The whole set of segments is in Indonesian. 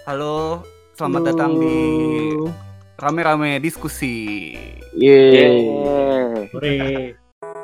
Halo, selamat datang di Rame-Rame Diskusi. Yeay. Hore.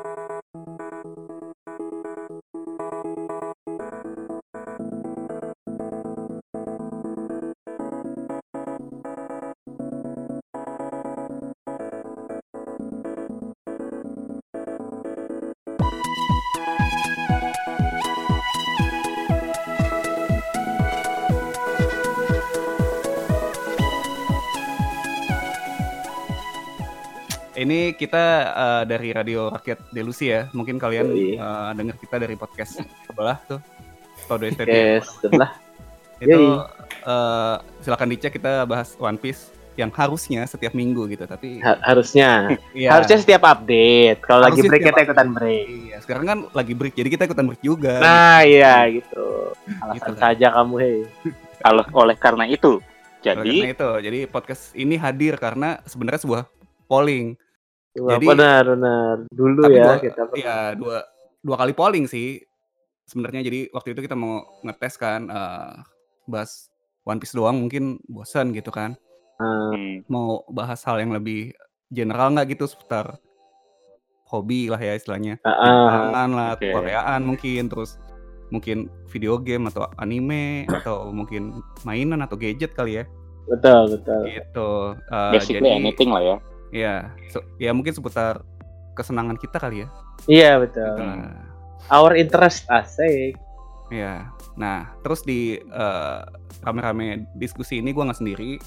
Ini kita dari Radio Rakyat Delusi ya. Mungkin kalian dengar kita dari podcast sebelah tuh. Todo STT. Sebelah. Itu silakan dicek, kita bahas One Piece yang harusnya setiap minggu gitu, tapi Harusnya. iya. Harusnya setiap update. Kalau lagi Harusnya break setiap kita ikutan break. Iya, sekarang kan lagi break, jadi kita ikutan break juga. Nah, iya gitu. Alasan Gitu. saja kamu, hei. Oleh karena itu, Karena itu, jadi podcast ini hadir karena sebenarnya sebuah polling. Jadi- benar. Dulu Tapi ya kita. dua kali polling sih sebenarnya. Jadi waktu itu kita mau ngetes kan, bahas One Piece doang mungkin bosan gitu kan. Mau bahas hal yang lebih general nggak gitu, seputar hobi lah ya istilahnya. Tangan lah, Oke. Koreaan mungkin, terus mungkin video game atau anime atau mungkin mainan atau gadget kali ya Betul. gitu. basically Jadi anything lah ya. ya mungkin seputar kesenangan kita kali ya. Iya, betul. Gitu. Our interest asik. Ya, nah terus di rame-rame diskusi ini gue nggak sendiri,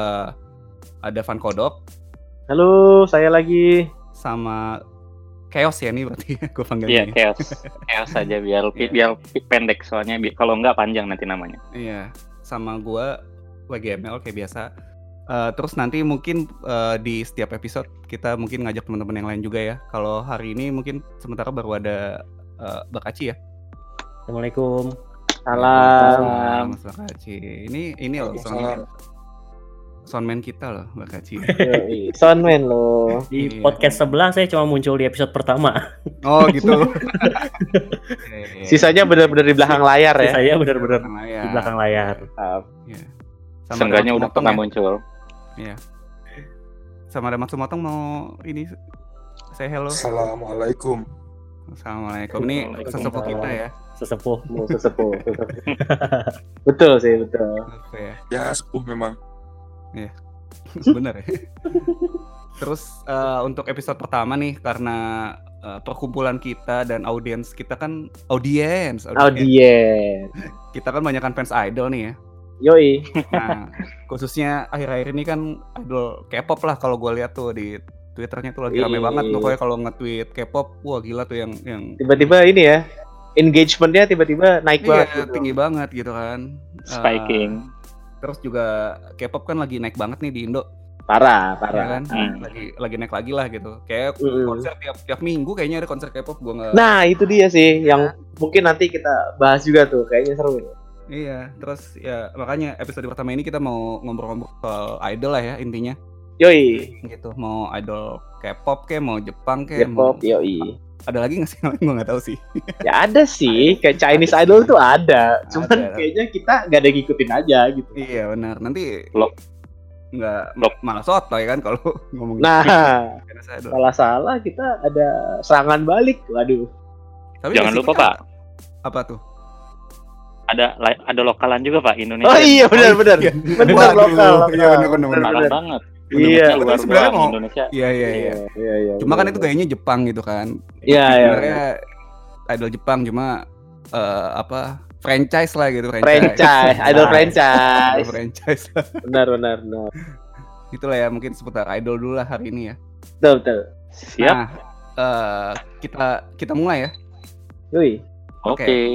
ada Van Kodok Halo, saya lagi. sama Chaos ya nih berarti gue Iya, panggilnya. chaos saja biar Iya. biar pendek soalnya kalau enggak panjang nanti namanya. Iya, sama gue WGML kayak biasa. Terus nanti mungkin di setiap episode kita mungkin ngajak teman-teman yang lain juga ya. Kalau hari ini mungkin sementara baru ada Bakaci ya. Assalamualaikum. Salam. Mas Bakaci. Ini loh soundman kita loh Bakaci. Yoi. Soundman loh. Di Iya. podcast sebelah saya cuma muncul di episode pertama. Oh gitu. Iya. Sisanya benar-benar di belakang layar ya. Saya benar-benar Iya. di belakang layar. Iya. Sama Seenggaknya ada udah Matsumotong pernah ya. muncul. Iya. Sama ada Matsumotong mau ini say hello. Assalamualaikum. Assalamualaikum. Ini sesepuh kita ya. Sesepuh. Mau sesepuh. Betul sih, betul. Apa ya? Ya, sepuh memang. Bener ya. Terus untuk episode pertama nih, karena perkumpulan kita dan audiens kita kan audiens. Kita kan banyakan fans idol nih ya. Yoi. Nah, khususnya akhir-akhir ini kan idol K-pop lah, kalau gue lihat tuh di Twitternya tuh lagi rame banget tuh, kayak kalau nge-tweet K-pop, wah gila tuh yang Tiba-tiba ini ya, engagementnya tiba-tiba naik iya, banget gitu. tinggi banget gitu kan. Spiking. Terus juga K-pop kan lagi naik banget nih di Indo, Parah. ya kan? Hmm. Lagi naik lagi lah gitu. Kayak konser tiap minggu kayaknya ada konser K-pop, gue nggak. Nah, itu dia sih yang mungkin nanti kita bahas juga tuh, kayaknya seru. Iya, terus ya makanya episode pertama ini kita mau ngobrol-ngobrol soal idol lah ya intinya. Yoi. Gitu, mau idol K-pop kayak mau Jepang kayak K-pop, yoi. ada lagi nggak sih yang lain, gue nggak tahu sih. Ya ada sih, kayak Chinese idol tuh ada. Cuman Ada. kayaknya kita nggak ada ngikutin aja gitu. Iya benar, nanti Lo- nggak malah sotoy kan kalau ngomongin Nah, Chinese idol. kalau salah kita ada serangan balik. Waduh. Tapi Jangan di sini lupa, kan- Pak. Apa tuh? Ada lokalan juga, Pak, Indonesia. Oh iya, benar. Iya. Benar Waduh, lokal. iya, benar. Parah banget. Iya. Penduduknya luar Tapi sebenarnya biasa mau- Indonesia. Iya. Iya. Cuma kan itu gayanya Jepang gitu kan. Iya. Sebenarnya idol Jepang cuma franchise lah gitu, Franchise, idol franchise. franchise. Benar. Itulah ya, mungkin seputar idol dulu lah hari ini ya. Betul. Siap. Nah, kita mulai ya. Yoi. Oke.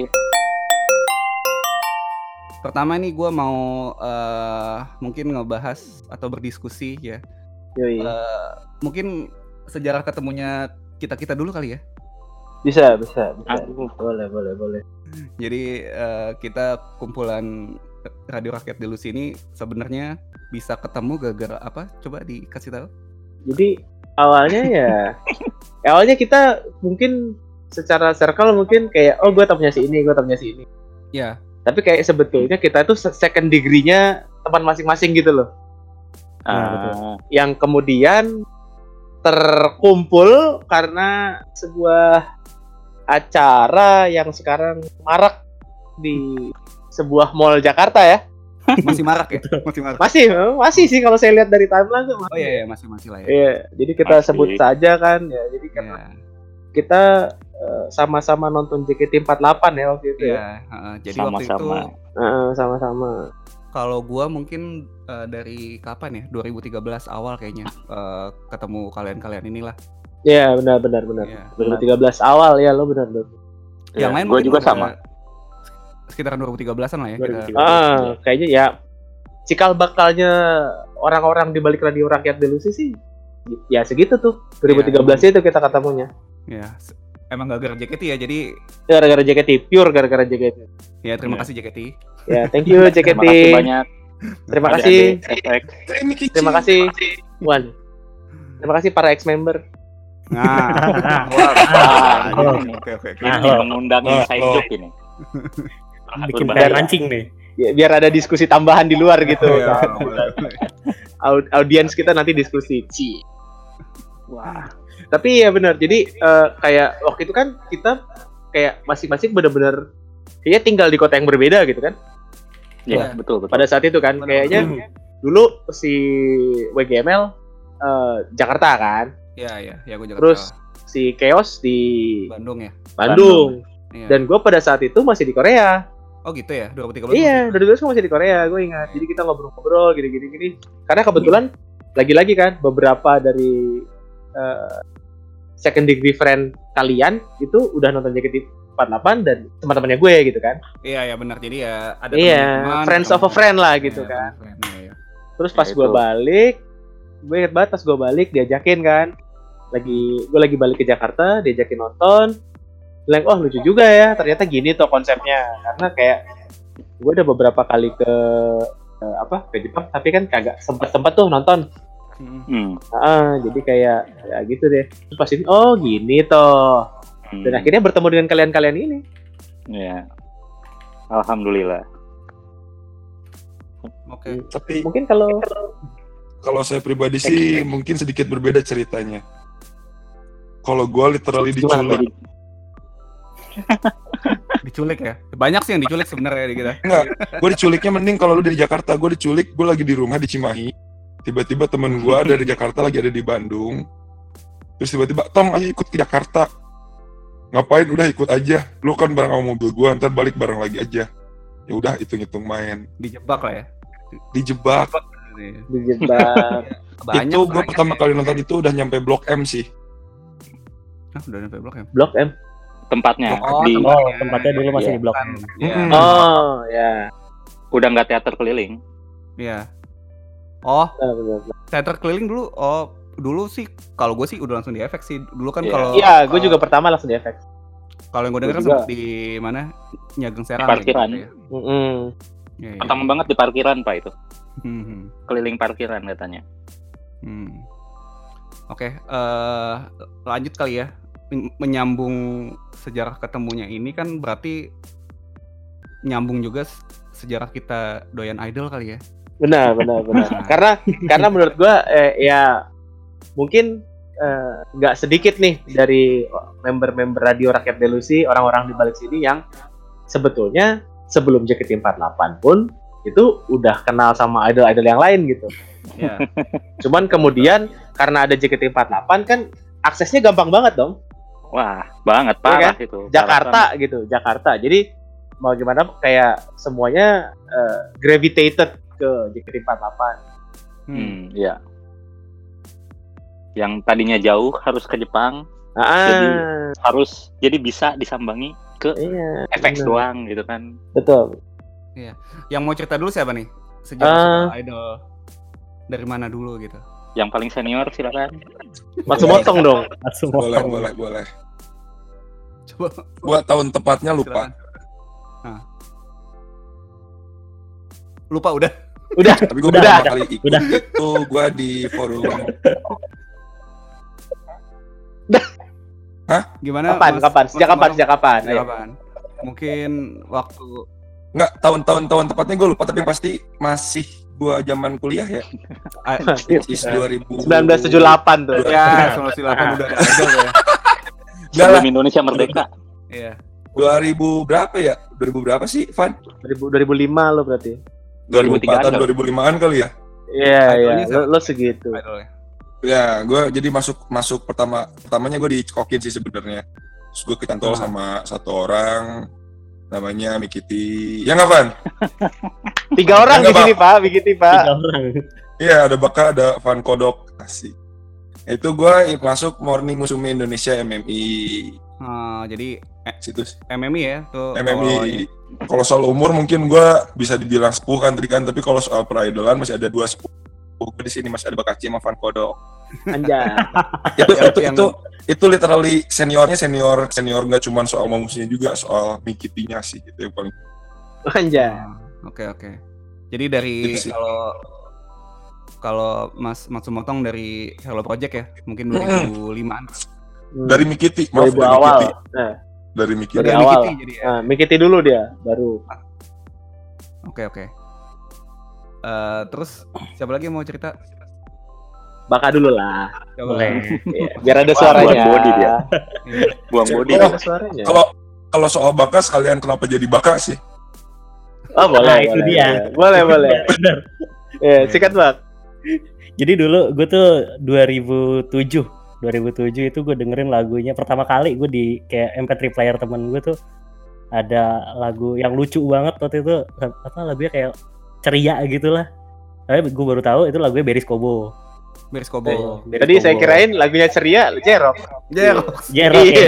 Pertama nih gue mau mungkin ngebahas atau berdiskusi ya. Yoi. Mungkin sejarah ketemunya kita dulu kali ya. Bisa. Aduh. Boleh. Jadi kita kumpulan Radio Rakyat Delusi ini sebenarnya bisa ketemu gara-gara apa? Coba dikasih tahu. Jadi awalnya awalnya kita mungkin secara circle mungkin kayak gue temennya si ini. Ya, Tapi kayak sebetulnya kita tuh second degree-nya teman masing-masing gitu loh. Yang kemudian terkumpul karena sebuah acara yang sekarang marak di sebuah mall Jakarta ya. Masih marak ya? Masih sih kalau saya lihat dari timeline tuh. Oh iya, masih lah ya. Iya, jadi kita sebut saja kan ya. Jadi karena kita sama-sama nonton JKT48 ya waktu itu ya. Jadi sama-sama. waktu itu sama-sama. Kalau gua mungkin dari kapan ya? 2013 awal kayaknya ketemu kalian inilah. Iya, benar. Iya. 2013 awal ya, lo benar. Yang lain gua juga sama. Sekitaran 2013-an lah ya. 2013. Kayaknya ya cikal bakalnya orang-orang di balik Radio Rakyat Delusi sih ya segitu tuh. 2013 itu kita ketemunya. Ya, emang gara-gara JKT ya, jadi gara-gara JKT, pure gara-gara JKT. Ya, terima kasih JKT. Ya, thank you JKT. Terima kasih banyak. Terima kasih. Terima kasih. Wan. Terima kasih para ex-member. Nah, oke. Ini mengundang inside joke ini. Bikin kayak mancing nih. Ya, biar ada diskusi tambahan di luar gitu. Audiens kita nanti diskusi. Wah. Tapi ya benar. Jadi kayak waktu itu kan kita kayak masing-masing benar-benar kayaknya tinggal di kota yang berbeda gitu kan. Iya, betul. Pada saat itu kan kayaknya dulu si WGML Jakarta kan. Iya, gue Jakarta. Terus si Chaos di Bandung ya. Bandung. Iya. Dan gue pada saat itu masih di Korea. Oh gitu ya, 2013. Iya, 2013 masih di Korea, gue ingat. Jadi kita ngobrol-ngobrol gini. Karena kebetulan lagi-lagi kan beberapa dari second degree friend kalian itu udah nonton JKT48 dan teman-temannya gue gitu kan. Iya, benar. Jadi ya ada teman, friends of a friend lah gitu kan. Iya. Terus pas gue balik, gue inget banget pas gue balik diajakin kan. Gue lagi balik ke Jakarta, diajakin nonton. Bilang, oh lucu juga ya, ternyata gini tuh konsepnya. Karena kayak gue udah beberapa kali ke Jepang, tapi kan kagak sempet tuh nonton. Jadi kayak ya gitu deh. Terus pas ini, oh gini toh. Dan akhirnya bertemu dengan kalian-kalian ini. Iya. Alhamdulillah. Oke. Tapi mungkin kalau saya pribadi sih mungkin sedikit berbeda ceritanya. Kalau gue literally diculik. Diculik ya? Banyak sih yang diculik sebenarnya di kita. Enggak, gue diculiknya mending kalau lu dari Jakarta. Gue diculik, gue lagi di rumah di Cimahi. Tiba-tiba temen gue dari Jakarta lagi ada di Bandung. Terus tiba-tiba, Tong ayo ikut ke Jakarta. Ngapain? Udah ikut aja. Lu kan bareng sama mobil gue, ntar balik bareng lagi aja. Ya udah, hitung-hitung main. Dijebak lah ya? Dijebak. Banyak. Itu gue pertama kali nonton itu udah nyampe Blok M sih. Udah nyampe Blok M? Blok M? Tempatnya tempatnya dulu masih di Blok M. Oh ya. Udah nggak teater keliling. Iya. Oh, benar. teater keliling dulu. Oh, dulu sih kalau gue sih udah langsung di FX sih. Dulu kan kalau iya, gue juga pertama langsung di FX. Kalau yang gue denger kan sempat di mana? Nyageng Serang. Di parkiran. Gitu ya. Pertama banget di parkiran Pak itu. Keliling parkiran katanya. Oke, lanjut kali ya. Menyambung sejarah ketemunya ini kan berarti nyambung juga sejarah kita doyan idol kali ya. Benar. karena menurut gua ya mungkin nggak sedikit nih dari member-member Radio Rakyat Delusi, orang-orang di balik sini yang sebetulnya sebelum JKT48 pun itu udah kenal sama idol-idol yang lain gitu. Ya. Cuman kemudian karena ada JKT48 kan aksesnya gampang banget dong. Wah, banget parah kan? itu. Jakarta. Jadi mau gimana kayak semuanya gravitated ke JKT48. Iya. Yang tadinya jauh harus ke Jepang. Jadi bisa disambangi ke FX doang gitu kan. Betul. Iya. Yang mau cerita dulu siapa nih? Sejarah idol dari mana dulu gitu. Yang paling senior silakan. Matsumotong dong. Boleh. Coba. Gua tahun tepatnya lupa. Lupa udah. Tapi gua pertama kali ikut itu gua di forum. Hah? Gimana? Kapan? Sejak kapan? Mungkin waktu Enggak, tahun tepatnya gue lupa, tapi yang pasti masih gua zaman kuliah ya. Is 2000 1978 tuh. Ya, 1978 udah ada idol ya. Sebelum Indonesia merdeka. Iya. 2000 berapa ya? 2000 berapa sih, Van? 2005 lo berarti. 2004 atau 2005-an kali ya? Iya, Idolnya iya. Lo segitu. Idolnya. Ya, gue jadi masuk pertamanya gue dicokokin sih sebenarnya. Terus gue kecantol sama satu orang namanya Mikiti. Ya nggak, Van? 3 orang di Enggak, sini, Pak. Begitu, Pak. 3 orang. Iya, ada Baka, ada Van Kodok. Asik. Itu gue masuk Morning Musume Indonesia MMI. Jadi Situ sih. MMI ya tuh. MMI. Kalau soal umur mungkin gue bisa dibilang sepuh kan tadi kan, tapi kalau soal peridolan masih ada 2 sepuh. Di sini masih ada Bakaci sama Van Kodok. Anjay. Itu literally senior nggak cuma soal musiknya juga, soal Mikitinya sih itu yang paling. Anjay. Oke. Jadi dari Gitu sih. kalau Mas Matsumotong dari Hello Project ya, mungkin 2005-an. Dari Mikiti, maaf, 2000 awal. Nah, dari Mikiti. dari Dari awal. Mikiti jadi ya. Nah, Mikiti dulu dia, baru. Oke. Terus siapa lagi yang mau cerita? Baka dulu lah. Coba. Boleh. Iya, biar ada suaranya. buat body dia. Iya. Buang body. Biar ada suaranya. Kalau soal Baka, sekalian kenapa jadi Baka sih? Oh, boleh. Nah, itu boleh, dia. Boleh. Bener. Iya, sikat, Bang. Jadi dulu gue tuh 2007 itu gue dengerin lagunya pertama kali gue di kayak MP3 player temen gue tuh ada lagu yang lucu banget waktu itu, apa lagunya kayak ceria gitu lah. Tapi gue baru tahu itu lagunya Beris Kobo. Beris Kobo. Tadi saya kirain lagunya ceria, Jerok. Jerox. Jerok Iya.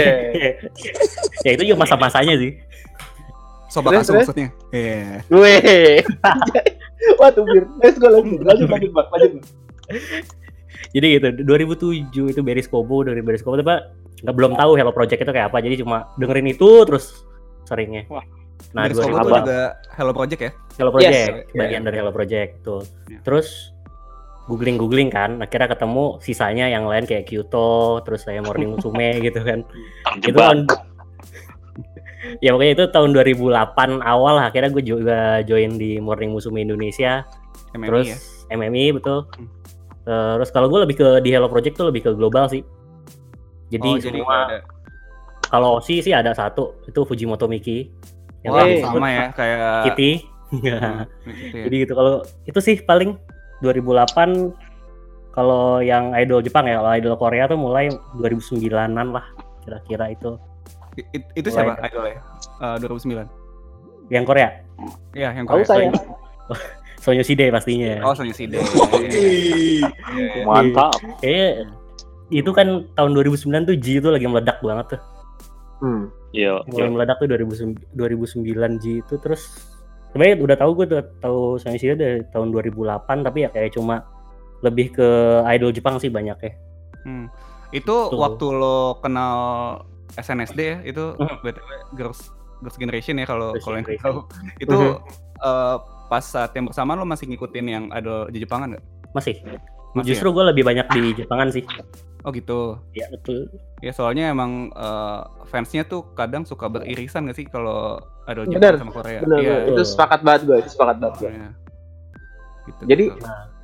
ya itu juga masa-masanya sih. Sobat Terus, Asu terus? maksudnya. Iya. Weh. Wah, tuh Bir. Let's go lanjut, Bang. Jadi gitu 2007 itu Beris Kobo, dari Beris Kobo tapi belum tahu Hello Project itu kayak apa. Jadi cuma dengerin itu terus seringnya. Wah. Nah, Beris Kobo 2000 tuh juga Hello Project ya? Hello Project, Yes. bagian dari Hello Project tuh. Iya. Terus googling kan, akhirnya ketemu sisanya yang lain kayak Kyoto, terus saya Morning Musume gitu kan. Itu Jebak. ya pokoknya itu tahun 2008 awal akhirnya gue juga join di Morning Musume Indonesia. MMI Terus ya? MMI betul. Terus kalau gue lebih ke di Hello Project tuh lebih ke global sih. Jadi semua ada. kalau OSI sih ada satu, itu Fujimoto Miki. Yang Wah, tadi sama disebut ya kayak Kitty. gitu ya. Jadi gitu kalau itu sih paling 2008. Kalau yang idol Jepang ya, kalau idol Korea tuh mulai 2009-an lah kira-kira itu. Itu siapa idolnya? 2009. Yang Korea, Iya, yang Tahu Korea. saya. Soyoshide pastinya. Oh, Sonyushide. Oke. Mantap. Kayaknya itu kan tahun 2009 tuh G itu lagi meledak banget tuh. Yo. Mulai meledak tuh 2009 G itu. Terus sebenarnya udah tahu gue tuh tahu Soyoshide dari tahun 2008, tapi ya kayak cuma lebih ke idol Jepang sih banyak ya. Itu Tuh. waktu lo kenal SNSD ya, itu BTW Girls Generation ya kalau Girls yang Generation. tahu. Itu pas saat yang bersamaan lo masih ngikutin yang idol di Jepangan nggak? Masih. Masih Justru gue lebih banyak di Jepangan sih. Oh gitu. Ya betul. Ya soalnya emang fansnya tuh kadang suka beririsan nggak sih kalau idol Bener, Jepang sama Korea? Benar, Iya. itu sepakat banget gue. Iya. Gitu, Jadi, gitu.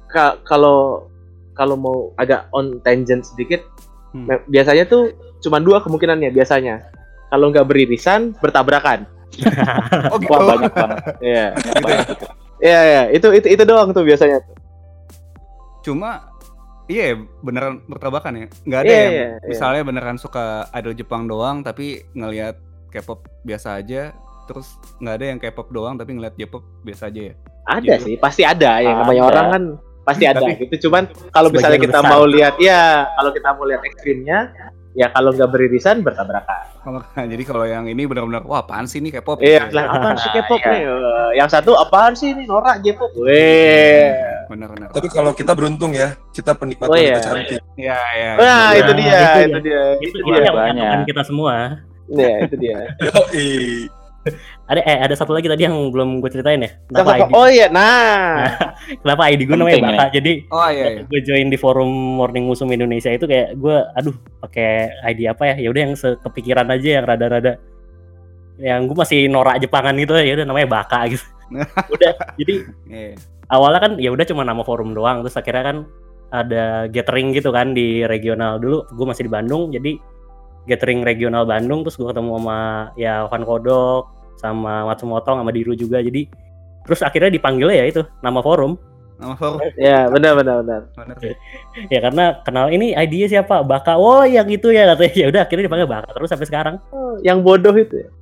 Kalau mau agak on tangent sedikit, biasanya tuh cuma 2 kemungkinannya biasanya. Kalau nggak beririsan, bertabrakan. Oh gitu. Wah, banyak banget. Iya. Banyak itu. Iya, itu doang tuh biasanya. Cuma iya beneran bertabrakan ya. Nggak ada Iya, yang iya, iya. misalnya beneran suka idol Jepang doang tapi ngelihat K-pop biasa aja. Terus nggak ada yang K-pop doang tapi ngeliat J-pop biasa aja ya. Ada Gitu. sih, pasti ada. Yang namanya Ada. orang kan pasti ada Tapi- gitu. Cuman kalau misalnya Sebagian kita besar. mau lihat, ya kalau kita mau lihat ekstrimnya, ya kalau nggak beririsan bertabrakan. Jadi kalau yang ini benar-benar wah apaan sih ini K-pop? Iya, Gitu. lah apaan sih K-pop Iya. nih? Yang satu apaan sih ini norak J-pop? Weh. Benar-benar. Tapi kalau kita beruntung ya, kita penikmat Oh, wanita iya. cantik. Iya, iya. Nah, Iya, itu dia, itu itu dia. Itu dia. yang banyak. menyatukan kita semua. Iya, itu dia. Yoi. Ada satu lagi tadi yang belum gue ceritain ya. Kenapa Siapa- ID? Oh iya, nah. Kenapa ID gue namanya Penting, Baka? Jadi Oh iya, iya. gue join di forum Morning Musume Indonesia itu kayak gue, aduh pakai ID apa ya? Ya udah yang kepikiran aja yang rada-rada yang gue masih norak Jepangan gitu ya udah namanya Baka gitu. Udah jadi Iya. awalnya kan ya udah cuma nama forum doang, terus akhirnya kan ada gathering gitu kan di regional. Dulu gue masih di Bandung, jadi gathering regional Bandung, terus gue ketemu sama ya Van Kodok sama Matsumoto sama Diru juga. Jadi terus akhirnya dipanggilnya ya itu nama forum. Nama forum. Ya, benar. Bener sih. Ya karena kenal ini ID-nya siapa? Baka. Oh, yang itu ya katanya. Ya udah akhirnya dipanggil Baka terus sampai sekarang. Oh, yang bodoh itu ya.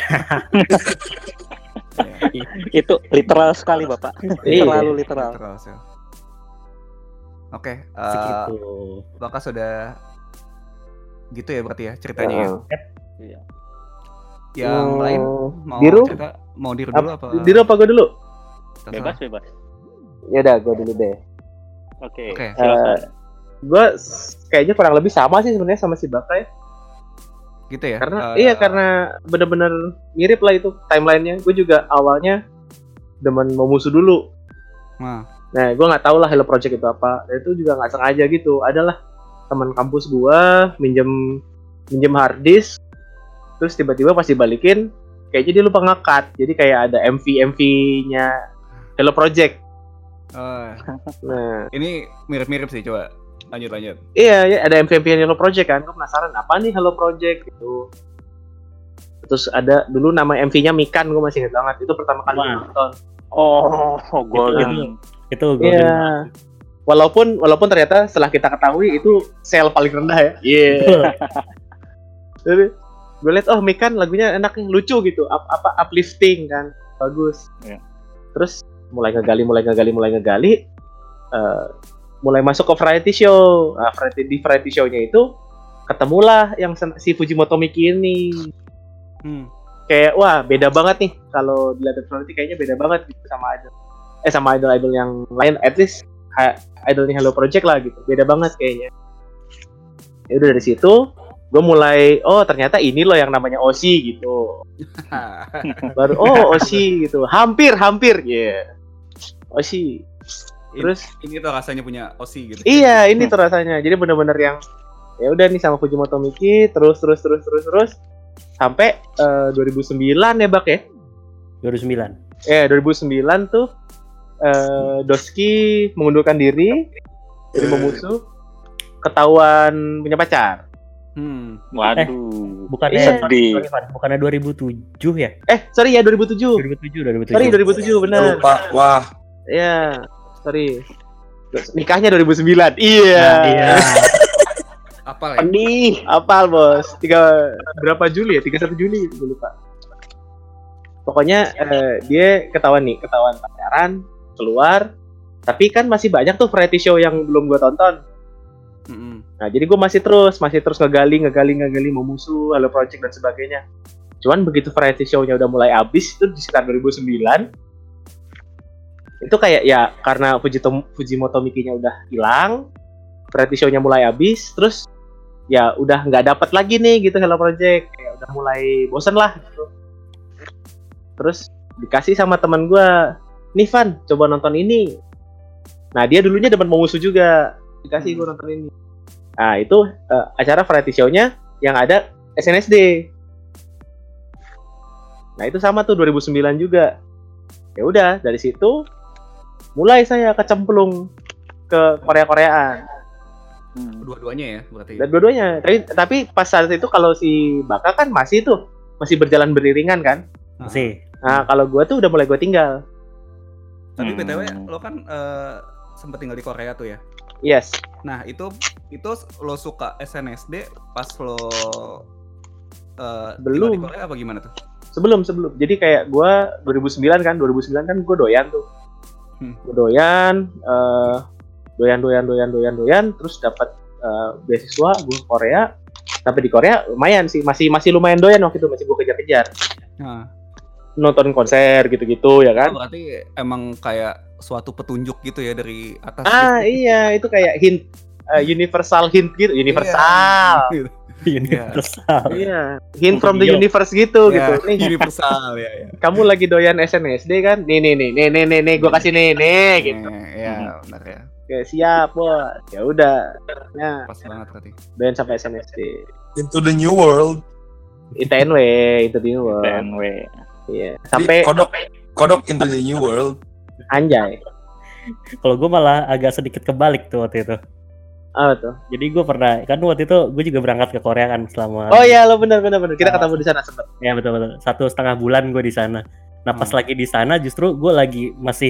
Itu literal sekali Bapak. Iya. Terlalu literal. Terus, ya. Oke, Segitu. Baka sudah gitu ya berarti ya ceritanya ya. Iya. Yang lain mau Diru? cerita, mau Diru dulu apa? Diru apa gue dulu? Bebas. Ya udah, gue dulu deh. Oke. Oke. Silakan. Gue kayaknya kurang lebih sama sih sebenarnya sama si Baka ya. Gitu ya. Karena bener-bener mirip lah itu timelinenya. Gue juga awalnya demen mau musuh dulu. Nah, gue nggak tahu lah Hello Project itu apa. Dan itu juga nggak sengaja gitu. Adalah teman kampus gue minjem hard disk, terus tiba-tiba pas dibalikin, kayaknya dia lupa ngekat. Jadi kayak ada MV-nya Hello Project. Nah, ini mirip-mirip sih, coba lanjut. Iya, ada MV-nya Hello Project kan. Gue penasaran apa nih Hello Project gitu. Terus ada dulu nama MV-nya Mikan, gue masih ingat banget. Itu pertama kali gue nonton. Oh, golden. Itu golden. Iya. Walaupun ternyata setelah kita ketahui itu sel paling rendah ya. Iya. Jadi gue liat Mikan lagunya enak nih, lucu gitu. Uplifting kan. Bagus. Iya. Terus mulai ngegali, mulai masuk ke variety show. Nah, di variety show-nya itu ketemulah yang si Fujimoto Miki ini. Kayak wah beda banget nih kalau dilihat variety, kayaknya beda banget gitu sama idol yang lain, at least idolnya Hello Project lah gitu, beda banget kayaknya. Ya udah dari situ gue mulai ternyata ini loh yang namanya Oshi gitu. Baru Oshi gitu, hampir ya. Oshi. Terus ini tuh rasanya punya Oshi gitu. Iya, ini tuh rasanya. Jadi bener-bener yang ya udah nih sama Fujimoto Miki terus sampai 2009 ya Bak ya. 2009. 2009 tuh Doski mengundurkan diri dari Momusu, ketahuan punya pacar. Waduh. Bukannya sedih. Bukannya 2007 ya? Sorry ya 2007. 2007. Sorry 2007 benar. Lupa. Wah. Iya, sorry. Nikahnya 2009. Iya. Apal ya? Apal bos. Berapa Juli ya? 31 Juli gue lupa. Pokoknya dia ketahuan pacaran, keluar. Tapi kan masih banyak tuh variety show yang belum gue tonton. Nah, jadi gue masih terus ngegali Momusu, Hello Project dan sebagainya. Cuman begitu variety show-nya udah mulai habis itu di sekitar 2009. Itu kayak ya karena Fujimoto Miki-nya udah hilang, variety show-nya mulai habis, terus ya udah nggak dapat lagi nih gitu Hello Project, kayak udah mulai bosen lah gitu. Terus dikasih sama teman gue, nih Van, coba nonton ini. Nah dia dulunya demen Momusu juga, dikasih gue nonton ini. Nah itu acara variety show-nya yang ada SNSD. Nah itu sama tuh 2009 juga. Ya udah dari situ mulai saya kecemplung ke Korea-Koreaan. Dua-duanya ya berarti. Dan dua-duanya. Tapi pas saat itu kalau si Baka kan masih berjalan beriringan kan. Masih. Nah kalau gue tuh udah mulai gue tinggal. Tapi BTW lo kan sempet tinggal di Korea tuh ya. Yes. Nah itu lo suka SNSD pas lo tinggal di Korea apa gimana tuh? Sebelum. Jadi kayak gue 2009 kan gue doyan tuh. Gue doyan terus dapat beasiswa gue ke Korea. Tapi di Korea lumayan sih, masih lumayan doyan waktu itu, masih gue kejar-kejar. Nonton konser gitu-gitu ya kan. Berarti emang kayak suatu petunjuk gitu ya dari atas. Iya, itu kayak hint, universal hint gitu, universal. Iya, hint from the universe gitu. Nih, universal ya. Kamu lagi doyan SNSD kan? Nih, gue kasih nih gitu. Iya, benar ya. Oke, siap, bos. Ya udah. Nah, pas banget berarti. doyan sampai SNSD. Into the new world. ITNW, Into the New World. TNW. Iya. Sampai Sampai kodok Into the New World. anjay. Kalau gue malah agak sedikit kebalik tuh waktu itu. Apa tuh? Jadi gue pernah, kan waktu itu gue juga berangkat ke Korea kan selama. Oh iya, lo benar. Kita ketemu di sana sempet. Ya betul. 1,5 bulan gue di sana. Nah pas lagi di sana justru gue lagi masih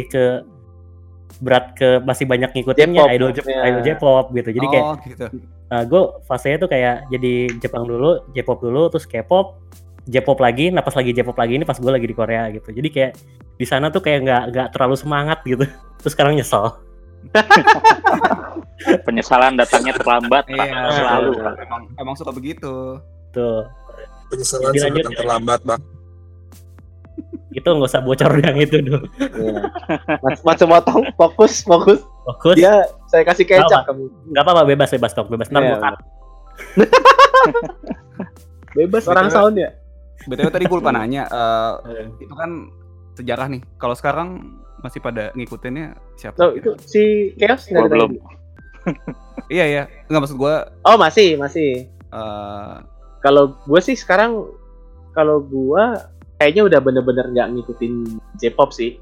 masih banyak ngikutinnya J-pop, idol ya. J-pop gitu. Jadi kayak gitu. gue fasenya tuh kayak jadi Jepang dulu, J-pop dulu, terus K-pop, J-pop lagi. Nah pas lagi J-pop lagi ini pas gue lagi di Korea gitu. Jadi kayak di sana tuh kayak nggak terlalu semangat gitu. Terus sekarang nyesel. Penyesalan datangnya terlambat, Pak. Iya, Selalu. emang suka begitu. Tuh. Penyesalan Jadi sampai lanjut. terlambat, Bang. Itu nggak usah bocor yang itu dulu. Iya. Mas motong, fokus. Fokus. Dia saya kasih kecap kamu. Nggak apa-apa, bebas Tok, bebas. Ntar Iya. gue cut. Bebas orang Betul. sound ya. BTW tadi gue lupa nanya, itu kan sejarah nih. Kalau sekarang masih pada ngikutinnya siapa? Loh, itu si Chaos Gua nggak ada belum. lagi? Iya. Nggak, maksud gue Oh masih. Kalau gue sih sekarang, kalau gue kayaknya udah bener-bener nggak ngikutin J-pop sih.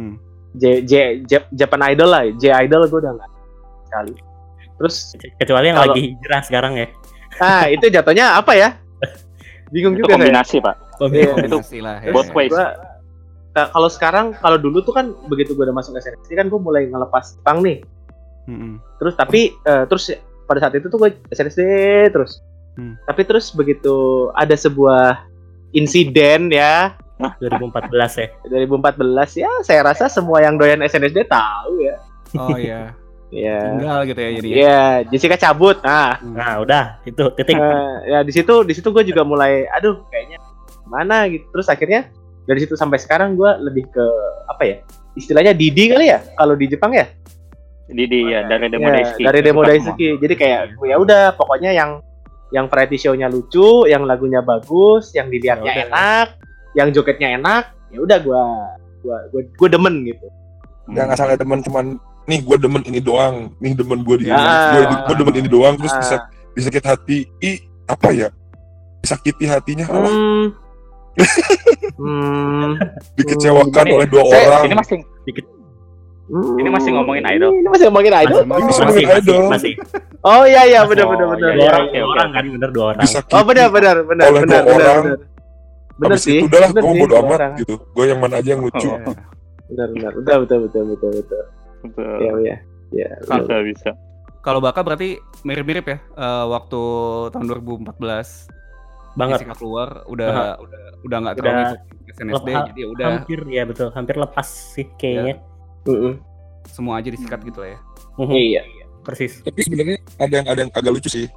Japan Idol lah, J-Idol gue udah nggak sekali. Terus, Kecuali yang Kalau- lagi hijrah sekarang ya. itu jatuhnya apa ya? Bingung Itu juga saya. kombinasi, Pak. Iya. kombinasi lah. Ya. Both ways. Kalau sekarang, kalau dulu tuh kan begitu gue udah masuk SNSD kan gue mulai ngelepas Jepang nih. Terus tapi terus pada saat itu tuh gue SNSD terus. Tapi terus begitu ada sebuah insiden ya 2014 ya. 2014 ya, saya rasa semua yang doyan SNSD tahu ya. Oh iya. Ya. Tinggal gitu ya jadinya. Iya, Jessica cabut. Nah, Udah, itu titik. ya di situ gue juga mulai aduh kayaknya mana gitu. Terus akhirnya dari situ sampai sekarang gue lebih ke apa ya? Istilahnya Didi kali ya kalau di Jepang ya? Didi ya, dari Demo Ya, Daisuke. dari Demo Suka Daisuke. Jadi kayak ya udah pokoknya yang variety show-nya lucu, yang lagunya bagus, yang dilihatnya Ya udah. enak, yang jogetnya enak, ya udah gue demen gitu. semua. Jangan asal demen cuman nih gue demen ini doang, nih demen gue di Ah. gue demen ini doang terus Ah. disakit hati. Apa ya? Disakiti hatinya apa? Dikecewakan Ini- oleh dua saya- orang. Ini masih ngomongin idol? Ini masih ngomongin idol? Masih idol. masih. Oh iya benar. Oh, Dua iya, orang, oke, dua oke, orang oke. kan, bener 2 orang. Disakiti. Oh benar. Oleh dua orang. Benar Habis sih. itu udahlah benar gue sih, bodo dua amat orang. gitu. Gue yang mana aja yang lucu. Oh. Benar. Betul. Betul. Iya. Ya. benar. Nggak bisa. Kalau Baka berarti mirip-mirip ya, waktu tahun 2014 Banget. Jessica keluar udah nggak terlalu Udah ngikut SNSD, lepas- jadi udah Hampir ya betul, hampir lepas sih kayaknya. semua aja disikat gitu lah ya. Iya. Persis. Tapi sebenarnya ada yang agak lucu sih.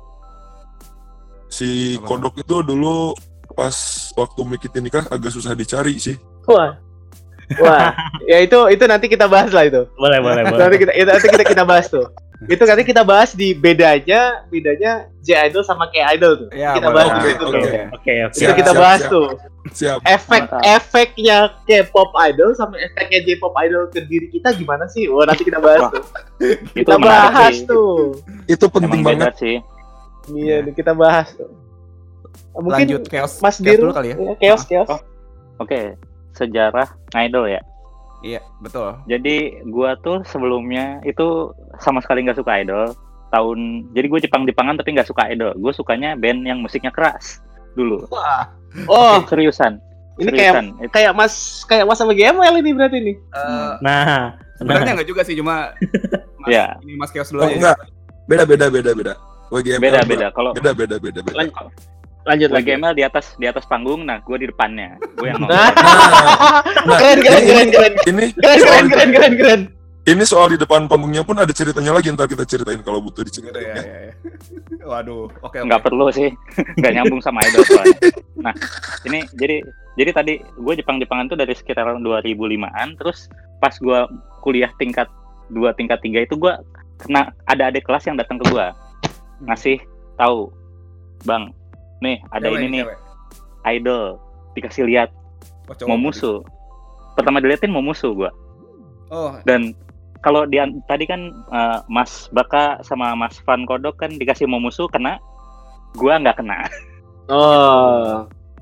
Si Apa? kodok itu dulu pas waktu Mikiti nikah agak susah dicari sih. Wah. Ya itu nanti kita bahas lah itu. Boleh. Nanti kita bahas tuh. Itu nanti kita bahas di bedanya J Idol sama K Idol tuh. Ya, Kita boleh. bahas di Oke, situ oke. tuh. Oke. Itu Siap, kita siap, bahas siap. tuh. Siap. Efeknya K-pop idol sama efeknya J-pop idol ke diri kita gimana sih? Wah, nanti kita bahas Wah, tuh. Itu Kita menarik bahas sih. tuh. Itu penting Emang beda banget. sih. Iya, kita bahas tuh. Mungkin Lanjut chaos, Mas chaos Diru dulu kali ya. Chaos. Oh. Oke, sejarah idol ya. Iya, betul. Jadi gua tuh sebelumnya itu sama sekali nggak suka idol. Jadi gue Jepangan tapi nggak suka idol. Gue sukanya band yang musiknya keras dulu. Wah, Oh, Seriusan. ini Seriusan. kayak Mas sama GML ini berarti nih. Nah, sebenarnya nggak juga sih, cuma Ya. ini Mas Chaos dulu Oh, aja. enggak. Beda. WGML Beda-beda. Kalau Beda. Lanjut lagi. WGML di atas panggung, nah gue di depannya. Gue yang nonton. Nah, Keren. ini Keren. ini soal di depan panggungnya pun ada ceritanya lagi, ntar kita ceritain kalau butuh Gitu diceritain. ya. Waduh, oke. Nggak perlu sih, nggak nyambung sama idol soalnya. Nah, ini jadi tadi gue Jepangan tuh dari sekitar 2005-an, terus pas gue kuliah tingkat 2, tingkat 3 itu gue kena ada adik kelas yang datang ke gue ngasih tahu, Bang, nih ada Cewek ini nih cewek. idol, dikasih lihat Oh, cowok. Momusu. Pertama diliatin Momusu gue, Oh, dan kalau tadi kan Mas Baka sama Mas Van Kodok kan dikasih Momusu kena, gue nggak kena. Oh.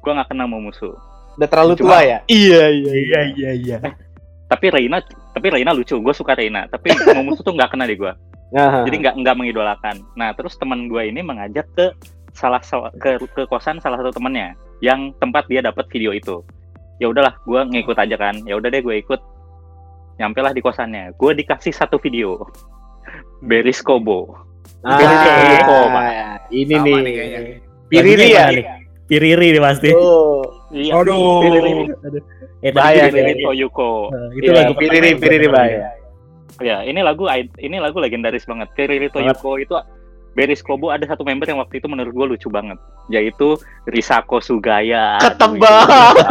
Gue nggak kenal Momusu. Udah terlalu Cuma- tua ya? Iya. Tapi Reina lucu. Gue suka Reina. Tapi Momusu tuh nggak kena di gue. Nah, Jadi nggak mengidolakan. Nah terus teman gue ini mengajak ke ke kosan salah satu temannya yang tempat dia dapat video itu. Ya udahlah, gue ngikut aja kan. Ya udah deh, gue ikut. Nyampe lah di kosannya. Gue dikasih satu video. Beris Kobo. ini Sama nih. kayaknya. Piriri ya? Piriri nih pasti. Oh, Iya. Aduh. Bahaya, Piriri kayaknya. Toyuko. Itu Iya, lagu Piriri bahaya. Ya, ini lagu legendaris banget. Piriri Toyuko itu Beris Kobo ada satu member yang waktu itu menurut gue lucu banget, yaitu Risako Sugaya. Ketebak.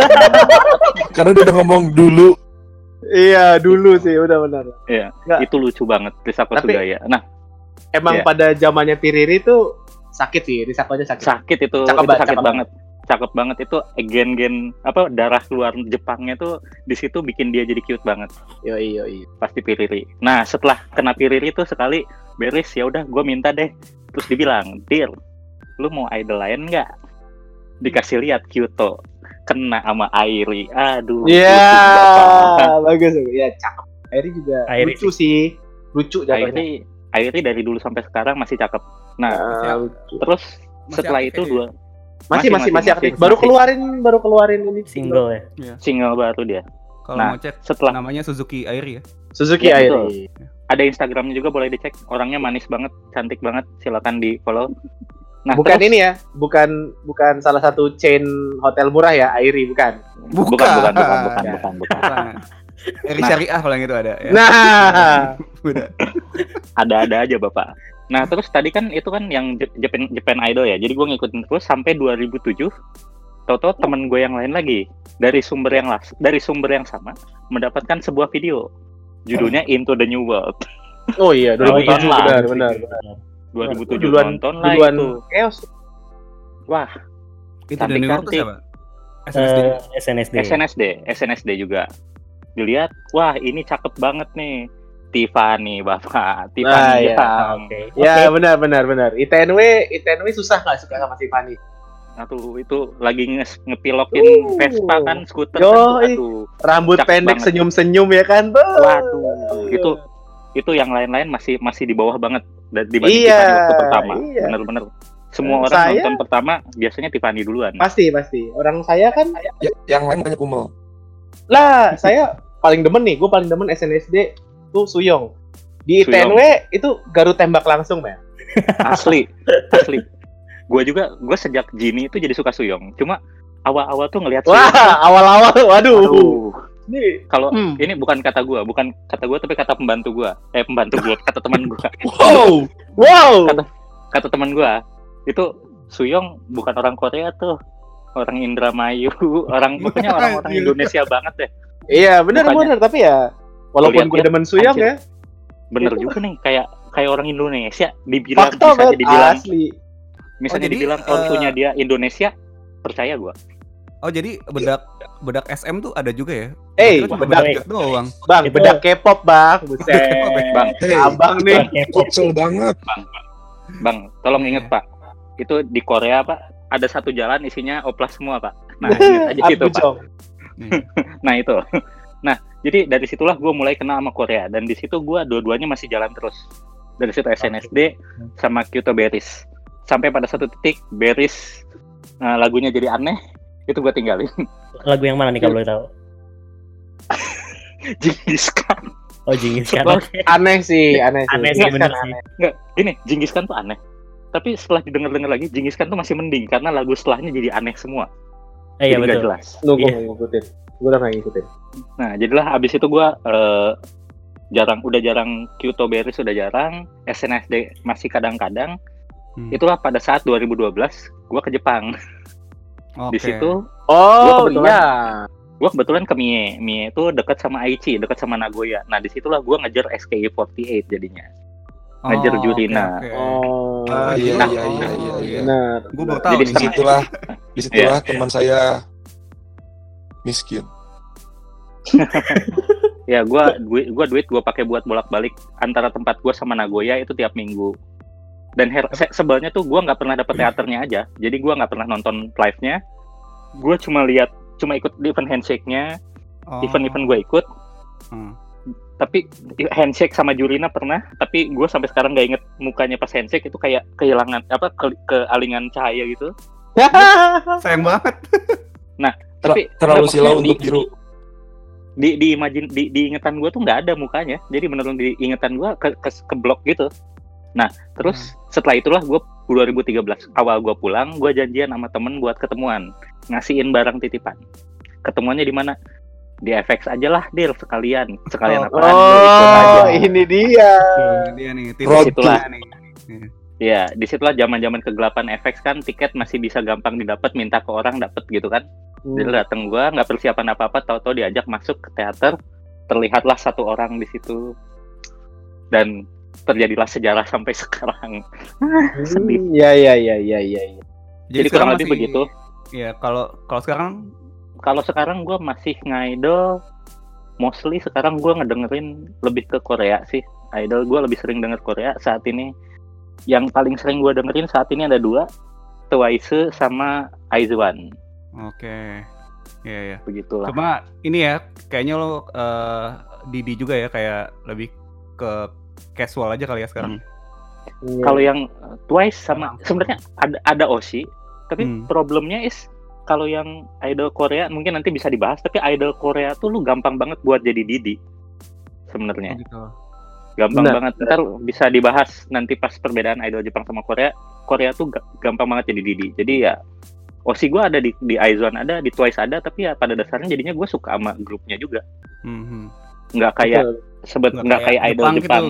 Karena dia udah ngomong dulu. Iya, dulu sih, udah benar. Iya, Nggak. itu lucu banget Risako Tapi- Sugaya. Nah, Emang Iya. pada zamannya Piriri tuh sakit sih, Risakonya sakit. sakit itu, Cakep banget, sakit cakep banget. Cakep banget itu gen-gen darah luar Jepangnya tuh di situ bikin dia jadi cute banget. Yoi. Pasti Piriri. Nah, setelah kena Piriri itu sekali Beris, ya udah gue minta deh. Terus dibilang, "Dir, lu mau idol lain nggak?" Dikasih lihat Kyoto kena sama Airi. Aduh. Iya, lucu banget. bagus. Ya, cakep. Airi juga Airi lucu sih. Lucu jatuhnya. Airi dari dulu sampai sekarang masih cakep. Nah, Lucu. terus Masih setelah aktif itu kayaknya. Masih Masih aktif. Baru keluarin ini Single ya. single baru dia. Kalau Nah, mau cek setelah namanya Suzuki Airi ya. Suzuki Ya, Airi. ada Instagramnya juga, boleh dicek. Orangnya manis banget, cantik banget. Silakan di follow. Nah, Bukan terus- ini ya, bukan salah satu chain hotel murah ya, Airi bukan. bukan. Bukan. Airi Nah. Syariah kalau yang itu ada ya. Nah, Udah. Ada aja Bapak. Nah, terus tadi kan itu kan yang Japan Idol ya. Jadi gue ngikutin terus sampai 2007. Toto temen gue yang lain lagi dari sumber yang sama mendapatkan sebuah video. Judulnya Into the New World. oh iya, 2007 iya. benar. 2007 Duluan nonton lah duluan itu. chaos. Wah, Itu The New World tuh Cantik-cantik. siapa? SNSD. SNSD. SNSD juga. Dilihat, wah ini cakep banget nih. Tiffany, Bapak. Tiffany iya. yang Oke. Ya, benar. ITNW susah nggak suka sama Tiffany. Aduh, itu lagi ngepilokin Vespa kan, skuter kan tuh. Yoi. Aduh, Rambut Cakep pendek banget. senyum-senyum ya kan? waduh. Itu yang lain-lain masih di bawah banget dibanding Iya, Tiffany waktu pertama. iya. Bener-bener. Semua orang Saya- nonton pertama biasanya Tiffany duluan. Pasti. Orang saya kan, Yang lain banyak kumel. lah saya paling demen nih, gue paling demen SNSD tuh Suyong. Di Suyong. ITNW itu garut tembak langsung, men. Asli. Gue sejak Jimmy itu jadi suka Suyong. Cuma awal-awal tuh ngelihat Wah, Suyong tuh, awal-awal, waduh. aduh. Nih, Kalau Hmm. ini bukan kata gue tapi kata pembantu gue. Kata teman gue. wow. Kata teman gue, itu Suyong bukan orang Korea tuh. Orang Indramayu, pokoknya orang-orang Indonesia banget deh. Iya, benar, tapi ya walaupun gue Lihat-lihat, demen Suyong anjir. ya, Bener Itu- juga nih, kayak orang Indonesia dibilang fakta bisa banget dibilang asli. misalnya jadi, dibilang ortunya dia Indonesia, percaya gua. Oh jadi bedak SM tuh ada juga ya? Eh, Kira cuma bedak bedak doang. Bang, Itu- bedak K-pop, Bang. Buset. Bang, Hey, Abang nih. Pixel banget. Bang, tolong inget Pak, itu di Korea Pak ada satu jalan isinya oplas semua Pak. Nah inget aja itu Pak. Abujong. Nah itu. Nah jadi dari situlah gue mulai kenal sama Korea dan di situ gue dua-duanya masih jalan terus. Dari situ SNSD sama Kyoto Berries. Sampai pada satu titik Berries lagunya jadi aneh, itu gue tinggalin. Lagu yang mana nih kalau boleh tahu? Genghis Khan. Oh, Genghis Khan. Setelah- Oke. Aneh sih. Aneh sih, Genghis bener Khan sih. aneh. Enggak, gini, Genghis Khan tuh aneh. Tapi setelah didengar-dengar lagi, Genghis Khan tuh masih mending karena lagu setelahnya jadi aneh semua. Iya, Jadi nggak betul. jelas. Lu gue Iya. nggak ngikutin. Gue udah nggak ngikutin. Nah, jadilah abis itu gue jarang Kyoto Berries sudah jarang, SNSD masih kadang-kadang. Itulah pada saat 2012 gue ke Jepang. Di Oke. situ Oh kebetulan- iya. gue kebetulan ke Mie. Mie itu dekat sama Aichi, dekat sama Nagoya. Nah, disitulah gue ngejar SKE48 jadinya. Ngejar Oh, Jurina. oke. Oh. Ah, iya, Nah, iya. Benar. Gue baru tahu Jadi nih. Disitulah teman saya miskin. Ya, gue duit gue pakai buat bolak-balik antara tempat gue sama Nagoya itu tiap minggu. Dan sebelnya tuh gue nggak pernah dapet teaternya aja. Jadi gue nggak pernah nonton live-nya. gue cuma ikut event handshake-nya, event-event gue ikut. Tapi handshake sama Jurina pernah, tapi gue sampai sekarang nggak inget mukanya pas handshake, itu kayak kehilangan kealingan cahaya gitu. Sayang banget. Nah, tapi terlalu silau untuk biru. Di ingatan gue tuh nggak ada mukanya, jadi beneran di ingatan gue ke blok gitu. Nah, terus setelah itulah gue 2013 awal gue pulang, gue janjian sama temen buat ketemuan, ngasihin barang titipan. Ketemuannya di mana? Di FX aja lah, Dil, sekalian aja. Ini dia. Nih, disitulah nih. Ya, disitulah zaman kegelapan FX kan, tiket masih bisa gampang didapat, minta ke orang dapat gitu kan. Jadi dateng gue, nggak persiapan apa-apa, tahu-tahu diajak masuk ke teater, terlihatlah satu orang di situ, dan terjadilah sejarah sampai sekarang. Sedih. Iya. Jadi kurang lebih begitu. Ya, kalau sekarang gue masih ngidol, mostly sekarang gue ngedengerin lebih ke Korea sih. Idol gue lebih sering denger Korea saat ini. Yang paling sering gue dengerin saat ini ada 2, Twice sama IZ*ONE. Oke. Iya. Begitulah. Cuma ini ya, kayaknya lo Didi juga ya, kayak lebih ke casual aja kali ya sekarang. Kalau yang Twice sama sebenarnya ada Oshi, tapi problemnya kalau yang idol Korea mungkin nanti bisa dibahas, tapi idol Korea tuh lu gampang banget buat jadi Didi sebenarnya. Gitu. Gampang banget. Ntar bisa dibahas nanti pas perbedaan idol Jepang sama Korea. Korea tuh gampang banget jadi Didi. Jadi ya Oshi gue ada di IZ*ONE ada, di Twice ada, tapi ya pada dasarnya jadinya gue suka sama grupnya juga. Nggak kayak kayak idol Jepang.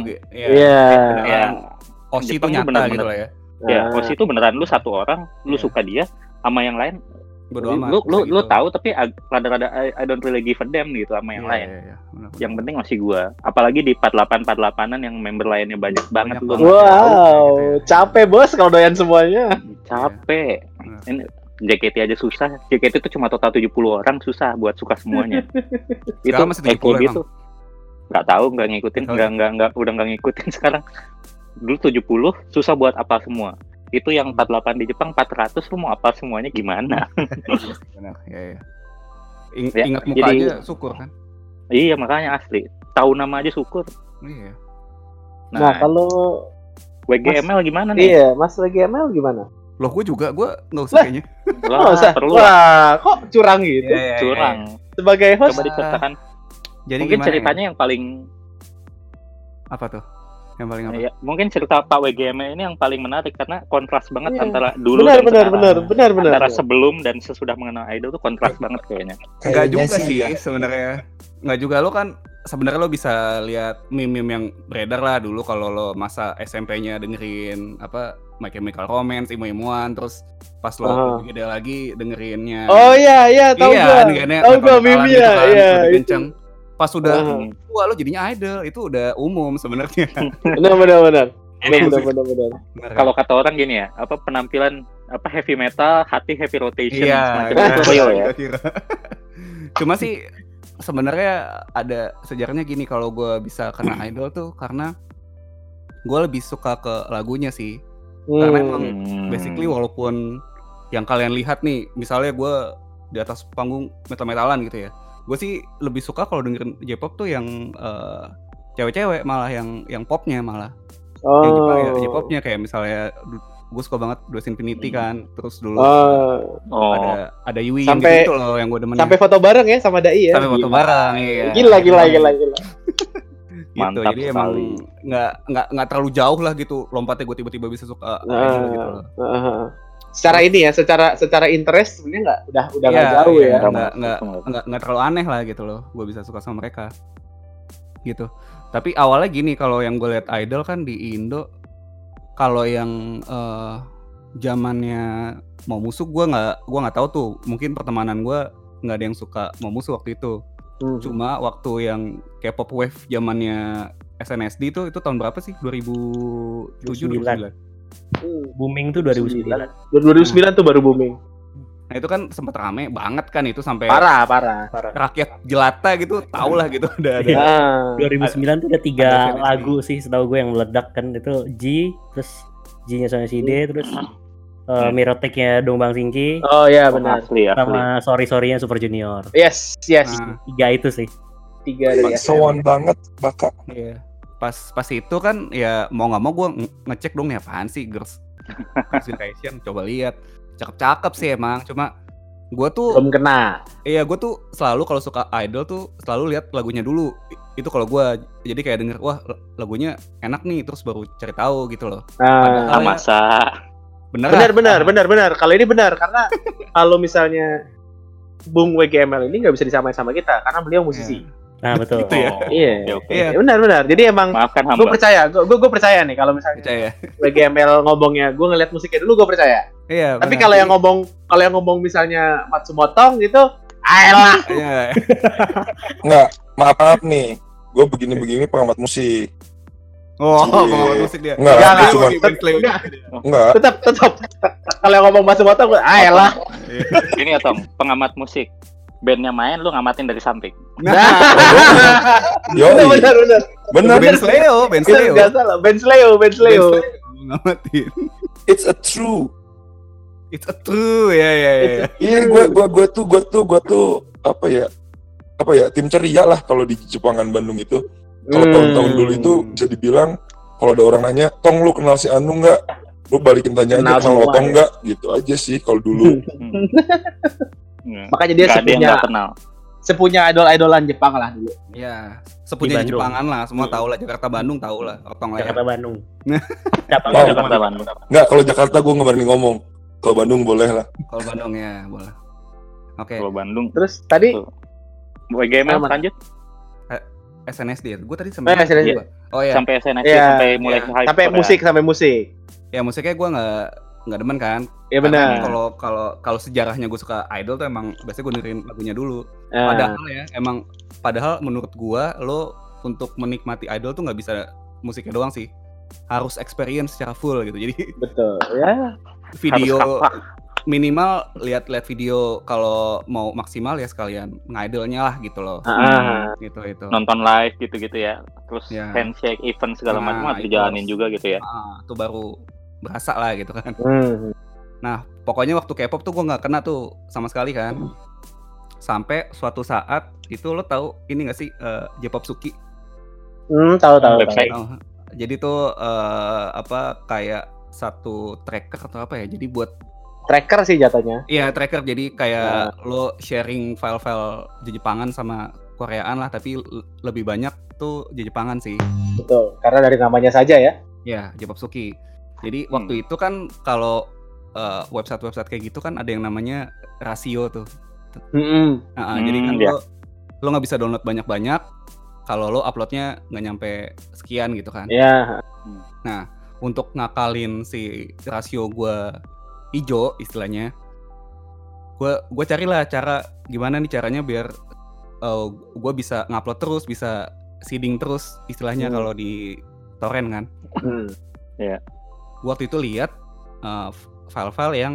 Iya. Oshi itu nyata gitu lah ya. Ya, Oshi itu beneran lu satu orang, lu suka dia, sama yang lain lu tahu, tapi rada-rada I don't really give a damn gitu sama yang lain. Benar. Yang penting masih gua. Apalagi di 48-48an yang member lainnya banyak banget. Wow, capek bos kalau doyan semuanya. Capek. Ini JKT aja susah. JKT itu cuma total 70 orang, susah buat suka semuanya. Itu masih 70 gitu. Nggak tahu, nggak ngikutin, udah nggak ngikutin sekarang. Dulu 70 susah buat apa semua. Itu yang 48 di Jepang 400 lu mau apa semuanya gimana? Benar, ya. Ingat muka aja syukur kan? Iya, makanya asli. Tahu nama aja syukur. Iya. Nah kalau WGML gimana nih? Iya, Mas WGML gimana? Loh, gue nggak usah kayaknya. Nggak usah. Perlu. Wah, kok curang gitu? Curang. Sebagai host. Coba diceritakan. Jadi mungkin ceritanya yang paling apa tuh? Yang paling apa? Ya, mungkin cerita Pak WGM ini yang paling menarik karena kontras banget antara dulu dan sekarang. Benar. Antara sebelum dan sesudah mengenal idol tuh kontras banget kayaknya. Enggak juga sih sebenarnya. Enggak juga, lo kan sebenarnya lo bisa lihat meme-meme yang beredar lah dulu kalau lo masa SMP-nya dengerin apa My Chemical Romance, Imo-imoan, terus pas lo gede lagi dengerinnya. Oh iya, tahu gua. Tahu gua meme-nya. Iya, kenceng. Pas sudah tua lo jadinya idol, itu udah umum sebenarnya. Benar. Kalau kata orang gini ya, apa penampilan apa heavy metal, hati heavy rotation, semacam itu real ya. Cuma sih sebenarnya ada sejarahnya gini, kalau gue bisa kena idol tuh karena gue lebih suka ke lagunya sih. Karena emang basically walaupun yang kalian lihat nih, misalnya gue di atas panggung metal-metalan gitu ya, gue sih lebih suka kalau dengerin J-pop tuh yang cewek-cewek malah, yang popnya malah. Yang Jepang ya, J-popnya kayak misalnya gue suka banget Dwarf Infinity kan, terus dulu ada Yui sampai, yang gitu loh yang gue demen. Sampai foto bareng ya sama Dai ya. Sampai foto bareng, iya. Gila. Gitu, mantap jadi sekali. Emang nggak terlalu jauh lah gitu lompatnya gue tiba-tiba bisa suka gitu loh. Secara ini ya, secara interest sebenarnya udah nggak jauh ya. Nggak terlalu aneh lah gitu loh, gue bisa suka sama mereka gitu. Tapi awalnya gini, kalau yang gue lihat idol kan di Indo, kalau yang zamannya Mau Musuh gue nggak tahu tuh, mungkin pertemanan gue nggak ada yang suka Mau Musuh waktu itu. Cuma waktu yang K-pop wave zamannya SNSD itu tahun berapa sih? 2007 2009. Booming tuh 2009. 2009 tuh baru booming. Nah itu kan sempat rame banget kan, itu sampai parah. Rakyat jelata gitu, tau lah gitu ada. 2009 tuh ada 3 lagu sih setahu gue yang meledak kan, itu G, terus G-nya Sonya Side, terus Mirotic-nya Dongbang Singki, Oh ya benar. Asli. sama Sorry-nya Super Junior. Yes. Nah, 3 itu sih. 3 dari SM. Sowan banget Baka. iya. Pas itu kan ya mau nggak mau gue ngecek dong nih apaan sih Girls Generation, coba lihat. Cakep-cakep sih emang, cuma gue tuh Belum kena. iya gue tuh selalu kalau suka idol tuh selalu lihat lagunya dulu. Itu kalau gue jadi kayak denger wah lagunya enak nih terus baru cari tahu gitu loh. Nah, Padahal ya, Masa benar. Kalau ini benar karena kalau misalnya Bung WGML ini nggak bisa disamain sama kita karena beliau musisi. Nah, betul. Gitu ya. Iya. Oke. Iya. Benar. Jadi emang Maafkan gue hamba. percaya, gue percaya nih kalau misalnya Percaya. WGML ngomongnya, gue ngeliat musiknya dulu gue percaya. Iya. Tapi benar. kalau yang ngomong misalnya Matsumotong gitu, ayolah. Iya. Nggak, maaf nih. Gue begini-begini pengamat musik. Oh, Cie. pengamat musik dia. Enggak, Jangan. cuma Enggak. enggak. Tetap kalau yang ngomong Matsumotong, ayolah. Ini ya Tom, pengamat musik. Bandnya main, lu ngamatin dari samping. Nah, Yoi, Benar. Ben Sleo. Gak salah, Ben Sleo. Ngamatin. it's a true. It's a true, ya. Iya, gue tuh apa ya tim ceria lah kalau di Jepangan Bandung itu. Kalau tahun-tahun dulu itu bisa dibilang kalau ada orang nanya, Tong lu kenal si Anu nggak? Lu balikin tanya Kenal aja kenal semua, Tong ya. nggak? Gitu aja sih kalau dulu. Makanya dia Nggak ada yang nggak kenal. sepunya idol-idolan Jepang lah dulu. Ya, sepunya Di di Bandung. Jepangan lah, semua tahu lah. Jakarta Bandung tahu lah. Otong lah ya. Jakarta Bandung. Oh, Jakarta Bandung. Nggak, kalau Jakarta gue nggak berani ngomong. Kalau Bandung boleh lah. Kalau Bandung ya, boleh. Oke, Kalau Bandung. Terus tadi Tuh. WGML Aman. lanjut SNSD. Gue tadi sampai SNSD. lupa. Oh ya, sampai SNSD Iya, sampai mulai iya. hype sampai Korea. musik. ya musiknya gue nggak demen kan. Ya Karena benar. kalau sejarahnya gue suka idol tuh emang biasanya gue dengerin lagunya dulu. Nah, Padahal menurut gue lo untuk menikmati idol tuh nggak bisa musiknya doang sih. Harus experience secara full gitu. Jadi betul. Ya. video Harus apa? minimal lihat video kalau mau maksimal ya sekalian ngidolnya lah gitu loh. Gitu itu. Nonton live gitu-gitu ya. Terus Ya. handshake event segala Nah, macam harus itu dijalanin harus. juga gitu ya. Itu baru berasa lah gitu kan. Hmm. Pokoknya waktu K-pop tuh gue nggak kena tuh sama sekali kan. Sampai suatu saat itu lo tahu ini nggak sih J-pop Suki? Tahu. Website. Oh, jadi tuh kayak satu tracker atau apa ya? Jadi buat Tracker sih jatuhnya. iya tracker. Jadi kayak lo sharing file-file Jepangan sama Koreaan lah, tapi lebih banyak tuh Jepangan sih. Betul. Karena dari namanya saja ya. Ya, J-pop Suki. Jadi waktu itu kan kalau website-website kayak gitu kan ada yang namanya rasio tuh. Jadi kan Iya. lo nggak bisa download banyak-banyak kalau lo uploadnya nggak nyampe sekian gitu kan. Ya. Nah, untuk ngakalin si rasio gue ijo istilahnya, gue carilah cara gimana nih caranya biar gue bisa ngupload terus, bisa seeding terus istilahnya kalau di torrent kan. Iya. Waktu itu lihat file-file yang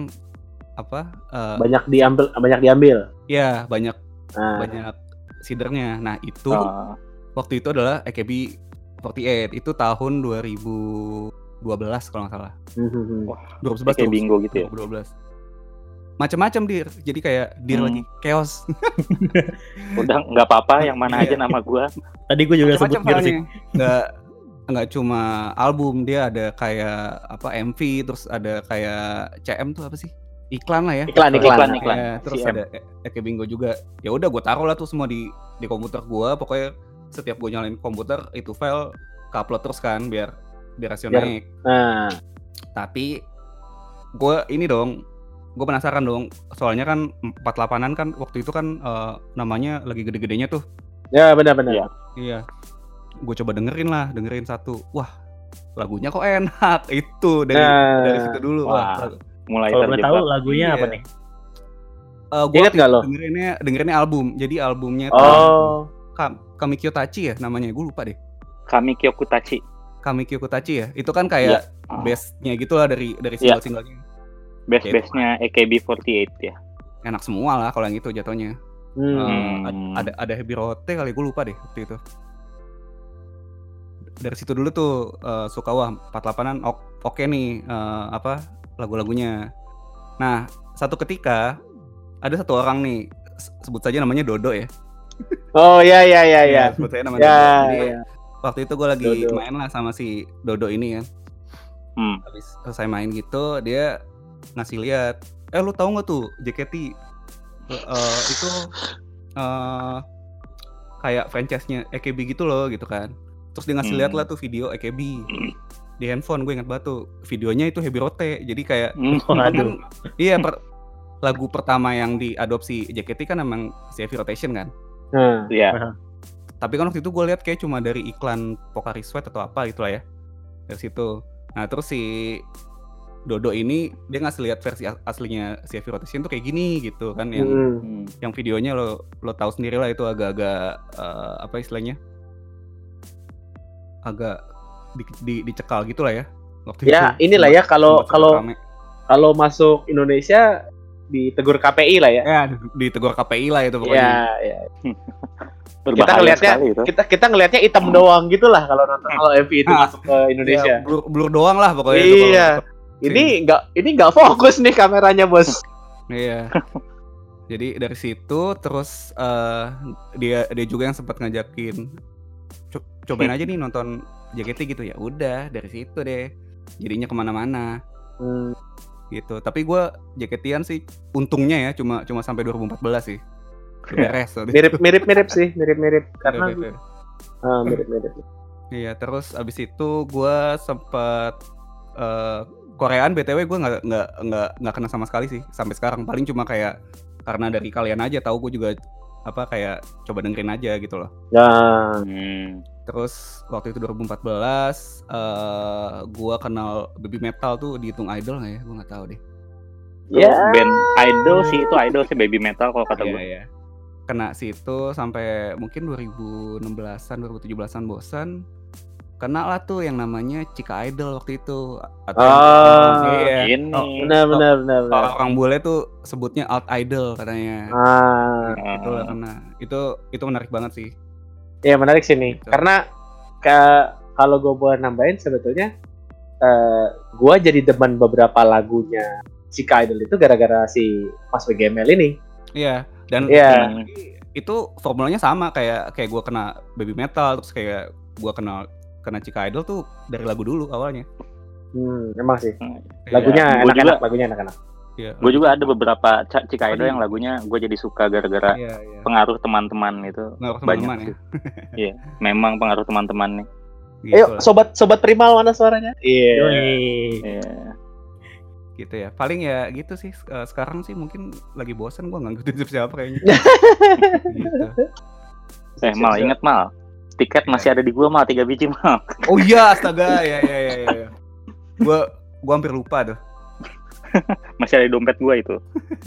Banyak diambil. ya banyak Nah, seedernya. Nah itu waktu itu adalah AKB48 itu tahun 2012 kalau nggak salah. 2011 Kayak bingo gitu ya. 2012. Macam-macam dir. Jadi kayak dir lagi chaos. Udah nggak apa-apa yang mana aja Iya. nama gua. Tadi gue juga sebut Macam-macam gitu sih. filenya. Nggak cuma album, dia ada kayak MV, terus ada kayak CM tuh apa sih? Iklan lah ya. iklan. Ya, terus CM. ada Eke Bingo juga. Ya udah gue taruh lah tuh semua di komputer gue. Pokoknya setiap gue nyalain komputer itu file ke-upload terus kan biar rasio Biar- naik. Nah, Tapi gue gue penasaran dong. Soalnya kan 48an kan waktu itu kan namanya lagi gede-gedenya tuh. ya benar-benar. Iya. Iya. Gue coba dengerin satu. Wah, lagunya kok enak. Itu dari situ dulu. Wah. Mulai Kalau boleh tahu terjebak. lagunya apa Iya. nih? Gue Ingat nggak lo? dengerinnya album. Jadi albumnya tuh Oh, Kamikyo Tachi ya namanya. Gue lupa deh. Kami Kyokutachi. Kamikyo Tachi ya. Itu kan kayak base-nya gitu lah dari single-singlenya. Base-nya AKB48 ya. Enak semua lah kalau yang itu jatuhnya. Ada Heavy Rote kali, gue lupa deh waktu itu. Dari situ dulu tuh suka wah 48an oke nih lagu-lagunya. Nah, satu ketika ada satu orang nih, sebut saja namanya Dodo ya. Oh ya. Sebut saja namanya Ya, Dodo. Jadi ya. waktu itu gue lagi Dodo. main lah sama si Dodo ini kan. Habis selesai main gitu, dia ngasih lihat, lu tahu nggak tuh JKT itu kayak franchise-nya AKB gitu loh gitu kan. Terus dia ngasih lihat lah tuh video AKB di handphone. Gue ingat banget tuh videonya itu Heavy Rote. Jadi kayak Waduh. iya lagu pertama yang diadopsi JKT kan emang si Heavy Rotation kan. Iya. Tapi kan waktu itu gue lihat kayak cuma dari iklan Pocari Sweat atau apa gitulah ya, dari situ. Nah terus si Dodo ini dia ngasih lihat versi aslinya si Heavy Rotation tuh kayak gini gitu kan, yang videonya lo tahu sendiri lah, itu agak-agak apa istilahnya, agak dicekal gitu lah ya waktu Ya, itu. inilah ya kalau masuk Indonesia ditegur KPI lah ya. Ya, ditegur KPI lah itu pokoknya. Ya. Berbahaya Kita ngelihatnya hitam doang gitulah kalau nonton kalau MV itu masuk ke Indonesia. Ya, blur doang lah pokoknya Iya. itu kalau Ini nggak fokus nih kameranya, Bos. Iya. Jadi dari situ terus dia juga yang sempat ngajakin cobain aja nih nonton JKT gitu. Ya udah, dari situ deh jadinya kemana-mana gitu. Tapi gue JKT-an sih untungnya ya cuma sampai 2014 sih. Beres. Mirip sih, mirip karena mirip. Iya, terus abis itu gue sempet Koreaan BTW gue nggak kena sama sekali sih sampai sekarang. Paling cuma kayak karena dari kalian aja tahu, gue juga kayak coba dengerin aja gitu loh. Terus waktu itu 2014 gue kenal Baby Metal tuh, dihitung idol nggak ya? Gue nggak tahu deh. Band idol sih, itu idol sih Baby Metal kalau kata gue. Iya. Kena situ sampai mungkin 2016-an 2017-an bosan. Kena lah tuh yang namanya Chika Idol waktu itu. Ini. Benar. Orang bule tuh sebutnya Alt Idol katanya. Itulah kena. Itu menarik banget sih. Iya, menarik sih nih. Gitu. Karena kalau gue boleh nambahin sebetulnya gue jadi demen beberapa lagunya Chika Idol itu gara-gara si Mas WGML ini. Iya. Dan itu formulanya sama kayak gue kena Baby Metal, terus kayak gue kena Chika Idol tuh dari lagu dulu awalnya. Emang sih. Lagunya enak-enak. Iya, gue juga ada beberapa Chika Idol yang lagunya gue jadi suka gara-gara pengaruh teman-teman itu. Banyak sih. Iya, memang pengaruh teman-teman nih. Gitu. Ayo sobat Primal, mana suaranya? Iya. Gitu ya, paling ya gitu sih. Sekarang sih mungkin lagi bosan, gue nggak ngikutin siapa kayaknya. Gitu. Mal, inget Mal, tiket masih ada di gua Mal, 3 biji Mal. Oh iya, astaga, ya. Gua hampir lupa tuh. Masih ada di dompet gua itu.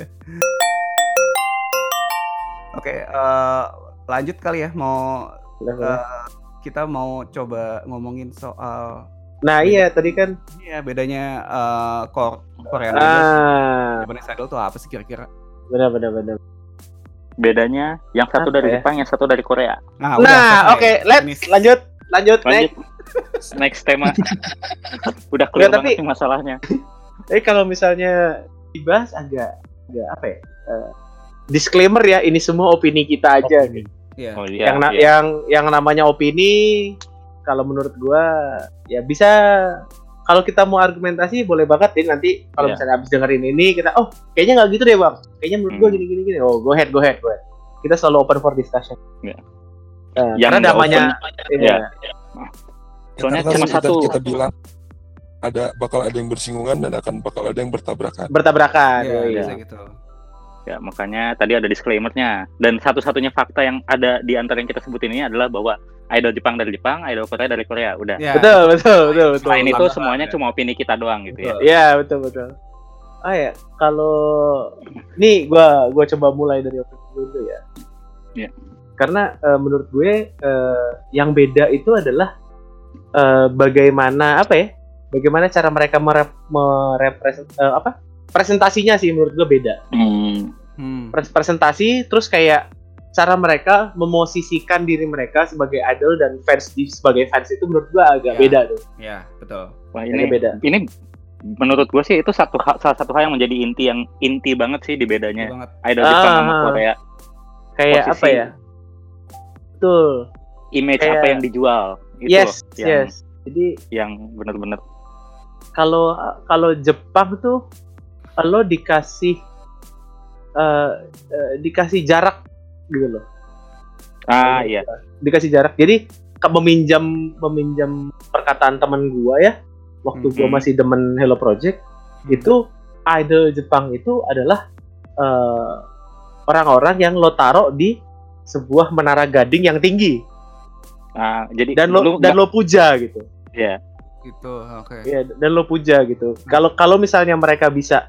Oke, lanjut kali ya, kita mau coba ngomongin soal. Nah iya tadi kan. Iya, bedanya Korean Idol, Japanese Idol tuh apa sih kira-kira? Benar. Bedanya yang satu dari Jepang, yang satu dari Korea. Oke, lanjut. Next tema. Udah clear banget sih masalahnya. Tapi kalau misalnya dibahas agak apa ya? Disclaimer ya, ini semua opini kita aja. Gitu. Yeah. Oh, iya, yang namanya opini, kalau menurut gua ya bisa, kalau kita mau argumentasi boleh banget nih nanti kalau misalnya abis dengerin ini kita kayaknya nggak gitu deh bang, kayaknya menurut gua gini go ahead, kita selalu open for discussion. Karena namanya soalnya cuma satu kita bilang bakal ada yang bersinggungan dan bakal ada yang bertabrakan. Iya. Gitu. Ya makanya tadi ada disclaimer-nya, dan satu-satunya fakta yang ada di antara yang kita sebutin ini adalah bahwa idol Jepang dari Jepang, idol Korea dari Korea, udah. Ya, betul. Selain itu semuanya cuma opini kita doang gitu ya. Iya, betul. Ya, kalau nih gua coba mulai dari opini dulu ya. Iya. Karena menurut gue yang beda itu adalah bagaimana cara mereka presentasinya sih menurut gue beda. Presentasi, terus kayak cara mereka memosisikan diri mereka sebagai idol dan fans sebagai fans itu menurut gue agak beda tuh. Iya, betul. Wah, ini beda. menurut gue sih itu salah satu hal yang menjadi inti banget sih di bedanya banget. idol Jepang sama Korea. Kayak Posisi, apa ya? Betul. Image Kayak- apa yang dijual itu Yes, loh, yes. Jadi yang benar-benar kalau Jepang tuh lo dikasih dikasih jarak gitu loh. iya. Dikasih jarak. Jadi meminjam perkataan teman gua ya, waktu gua Mhm. masih demen Hello Project, itu idol Jepang itu adalah orang-orang yang lo taruh di sebuah menara gading yang tinggi Jadi dan lo puja gitu. ya Gitu, oke. Iya, dan lo puja gitu. Kalau misalnya mereka bisa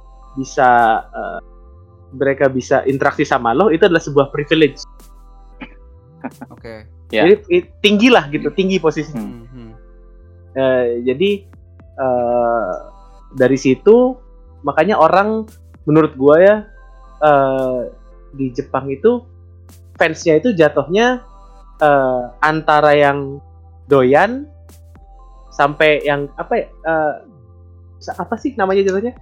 mereka bisa interaksi sama lo, itu adalah sebuah privilege. Oke. Ya. Jadi tinggi lah gitu, tinggi posisinya. Jadi dari situ makanya orang menurut gua ya di Jepang itu fansnya itu jatuhnya antara yang doyan sampai yang apa ya apa sih namanya jatuhnya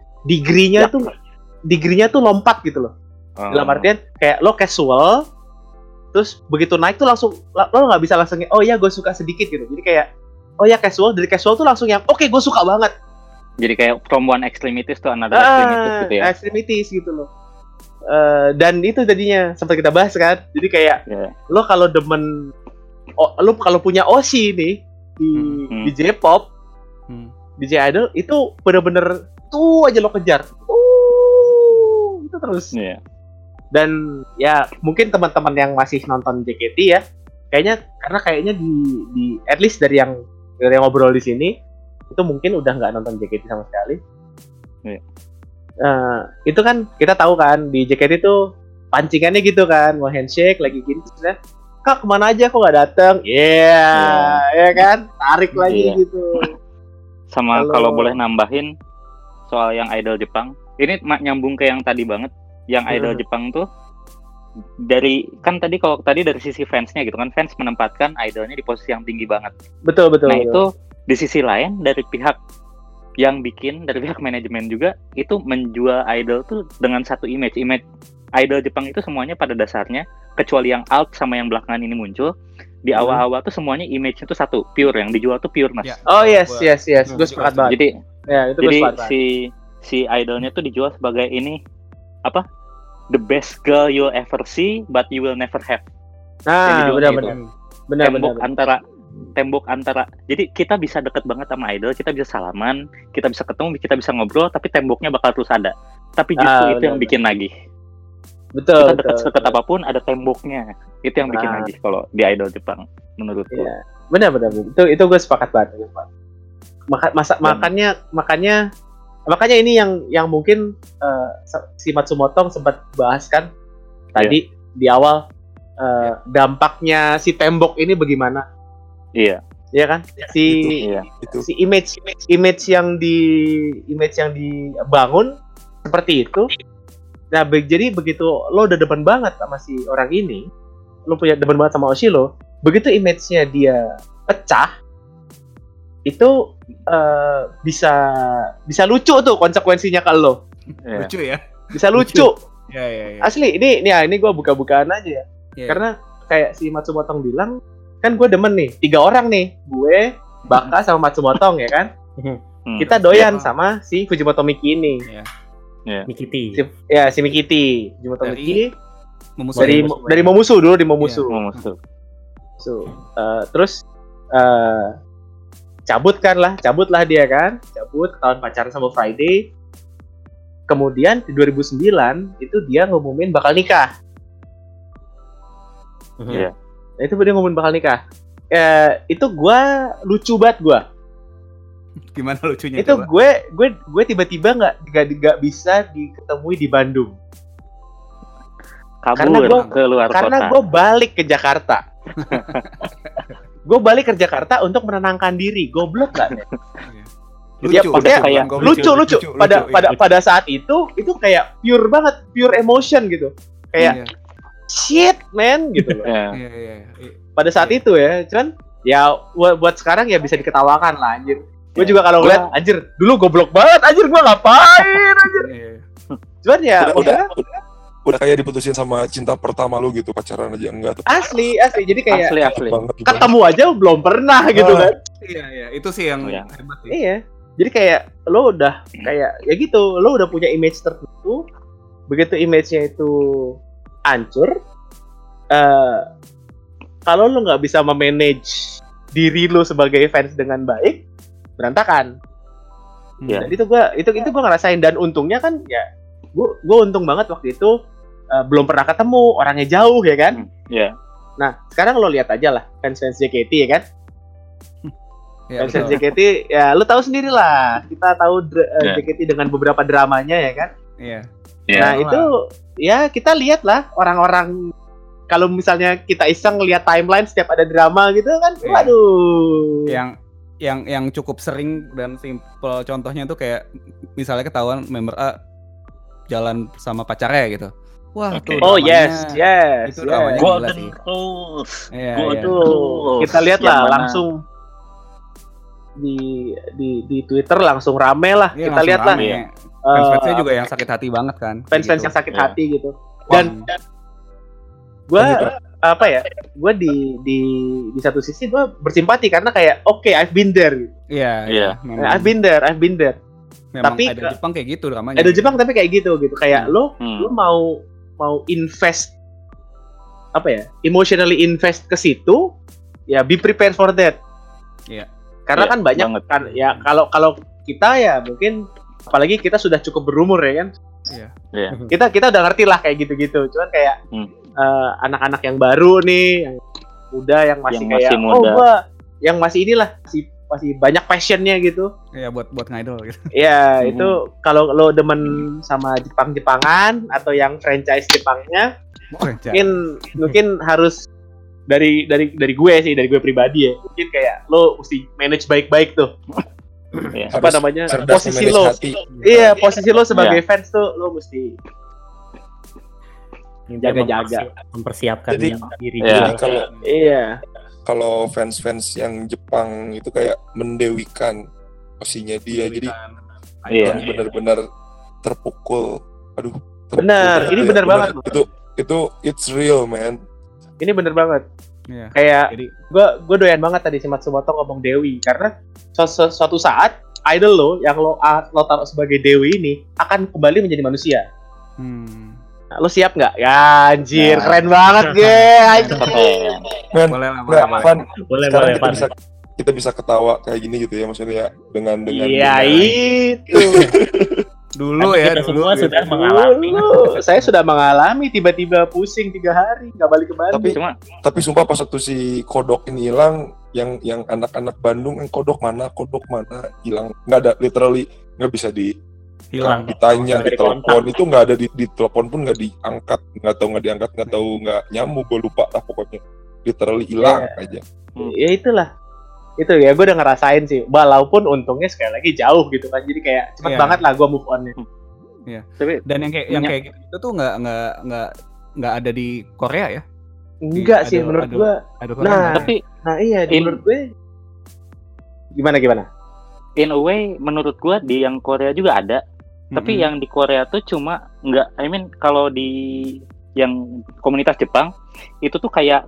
degree-nya tuh lompat gitu loh. Dalam artian kayak lo casual terus begitu naik tuh langsung lo nggak bisa langsung oh ya gue suka sedikit gitu. Jadi kayak oh ya casual, dari casual tuh langsung yang oke gue suka banget. Jadi kayak from one extremities to another extremities gitu ya. Extremities gitu loh. Dan itu jadinya sempat kita bahas kan. Jadi kayak lo kalau demen lo kalau punya Oshi nih di J-pop, di J-idol itu bener-bener tuh aja lo kejar. Itu terus. Iya. Dan ya mungkin teman-teman yang masih nonton JKT ya, kayaknya di at least dari yang ngobrol di sini itu mungkin udah nggak nonton JKT sama sekali. Iya. Itu kan kita tahu kan di JKT itu pancingannya gitu kan, mau handshake lagi gini terus Kak kemana aja kok nggak datang? Ya kan, tarik lagi gitu. Sama kalau boleh nambahin soal yang idol Jepang, ini nyambung ke yang tadi banget. Yang idol Jepang tuh dari dari sisi fansnya gitu kan, fans menempatkan idolnya di posisi yang tinggi banget. Betul. Nah itu di sisi lain dari pihak yang bikin, dari pihak manajemen juga itu menjual idol tuh dengan satu image idol Jepang itu semuanya pada dasarnya kecuali yang alt sama yang belakangan ini muncul di awal-awal tuh semuanya image-nya tuh satu pure, yang dijual tuh pure mas. Oh yes, gue sepakat banget. Jadi jadi si idolnya tuh dijual sebagai ini apa? The best girl you'll ever see, but you will never have. Nah, benar. Tembok antara. Jadi kita bisa deket banget sama idol, kita bisa salaman, kita bisa ketemu, kita bisa ngobrol, tapi temboknya bakal terus ada. Tapi justru itu yang bikin nagih. Betul. Kita dekat apapun ada temboknya. Itu yang bikin nagih kalau di idol Jepang menurutku. Iya. Benar. Itu gue sepakat banget. Makanya ini yang mungkin si Matsumoto sempat bahas kan tadi di awal dampaknya si tembok ini bagaimana? Iya. Iya kan? Si image yang dibangun seperti itu. Nah, jadi begitu lo udah demen banget sama si orang ini, lo punya demen banget sama Oshi lo, begitu image-nya dia pecah, itu bisa lucu tuh konsekuensinya ke lo. Lucu ya? Bisa lucu. Ya. Asli, ini gue buka-bukaan aja ya. Karena kayak si Matsumoto bilang, kan gue demen nih, 3 orang nih, gue, Baka sama Matsumoto ya kan. Kita doyan sama si Fujimoto Miki ini. Mikiti. Si Mikiti, Fujimoto Miki. Dari Momusu dulu di Momusu. So, terus cabutlah dia kan, tahun pacaran sama Friday. Kemudian di 2009 itu dia ngumumin bakal nikah. Iya. Nah, itu dia ngumumin bakal nikah. Itu lucu banget gue. Gimana lucunya? Itu gue tiba-tiba nggak bisa diketemui di Bandung. Karena gue balik ke Jakarta. Gue balik ke Jakarta untuk menenangkan diri. Goblok gak? Lucu. Pada saat itu kayak pure banget, pure emotion gitu. Kayak shit man gitu loh. Pada saat itu ya, cuman ya buat sekarang ya bisa diketawakan lah anjir. Gue juga kalau ngeliat, anjir, dulu goblok banget, anjir gue ngapain, anjir. Cuman ya, udah kayak diputusin sama cinta pertama lu gitu, pacaran aja enggak tuh. Asli, jadi kayak asli. ketemu aja belum pernah gitu kan. Iya, itu sih yang hebat sih. Iya, jadi kayak lo udah kayak ya gitu, lo udah punya image tertentu, begitu image-nya itu hancur, kalau lo nggak bisa memanage diri lo sebagai fans dengan baik, berantakan. Dan itu gue ngerasain, dan untungnya kan ya gue untung banget waktu itu belum pernah ketemu, orangnya jauh ya kan. Nah sekarang lo lihat aja lah fans JKT ya kan. Fans JKT ya lo tahu sendiri lah, kita tahu JKT dengan beberapa dramanya ya kan. Nah itu ya kita lihat lah orang-orang, kalau misalnya kita iseng lihat timeline setiap ada drama gitu kan, waduh. Yang cukup sering dan simple contohnya tuh kayak misalnya ketahuan member A jalan sama pacarnya gitu. Wah, tuh yes. Itu dramanya gila sih. Kita lihat lah langsung di Twitter langsung rame lah. Kita lihat lah. Fans-fansnya juga yang sakit hati banget kan. Fans-fans yang sakit hati gitu. Dan gue gue di satu sisi gue bersimpati karena kayak I've been there. Iya. I've been there. Memang tapi ada Jepang kayak gitu dramanya. Ada Jepang tapi kayak gitu kayak lo mau invest emotionally invest ke situ, ya be prepared for that. Iya. Karena kan banyak banget. Kan ya kalau kita ya mungkin apalagi kita sudah cukup berumur ya kan. Iya. Kita udah ngerti lah kayak gitu-gitu. Cuman kayak anak-anak yang baru nih, yang muda yang masih kayak yang masih inilah masih banyak passionnya gitu. Iya, buat ngidol gitu. Iya, itu kalau lo demen sama Jepang-Jepangan atau yang franchise Jepangnya, mungkin harus dari gue sih, dari gue pribadi ya. Mungkin kayak lo mesti manage baik-baik tuh. Apa namanya? Posisi lo. Iya, posisi lo sebagai fans tuh lo mesti jaga-jaga, mempersiapkan diri. Kalau fans-fans yang Jepang itu kayak mendewikan posisinya dia, jadi benar-benar terpukul. Aduh, benar, ini benar banget. Itu it's real, man. Ini benar banget. Kayak gue doyan banget tadi si Matsumoto ngomong Dewi, karena suatu saat idol lo yang lo taruh sebagai Dewi ini akan kembali menjadi manusia. Lo siap nggak? Ya anjir, keren banget Boleh. Kita bisa ketawa kayak gini gitu ya, maksudnya dengan iya itu. Dulu semua sudah mengalami. Saya sudah mengalami tiba-tiba pusing 3 hari nggak balik ke Bandung. Tapi sumpah pas waktu si Kodok ini hilang, yang anak-anak Bandung, kodok mana hilang, nggak ada, literally nggak bisa hilang, ditanya di telepon itu nggak ada, di telepon pun nggak diangkat, nggak tahu nggak nyambung, gue lupa lah pokoknya, literally hilang aja. Ya itulah, itu ya gue udah ngerasain sih, walaupun untungnya sekali lagi jauh gitu kan, jadi kayak cepet banget lah gue move on-nya. Tapi dan yang kayak gitu tuh nggak ada di Korea ya? Enggak sih menurut gue. Menurut gue gimana? In a way menurut gue di yang Korea juga ada. Tapi yang di Korea tuh cuma kalau di yang komunitas Jepang itu tuh kayak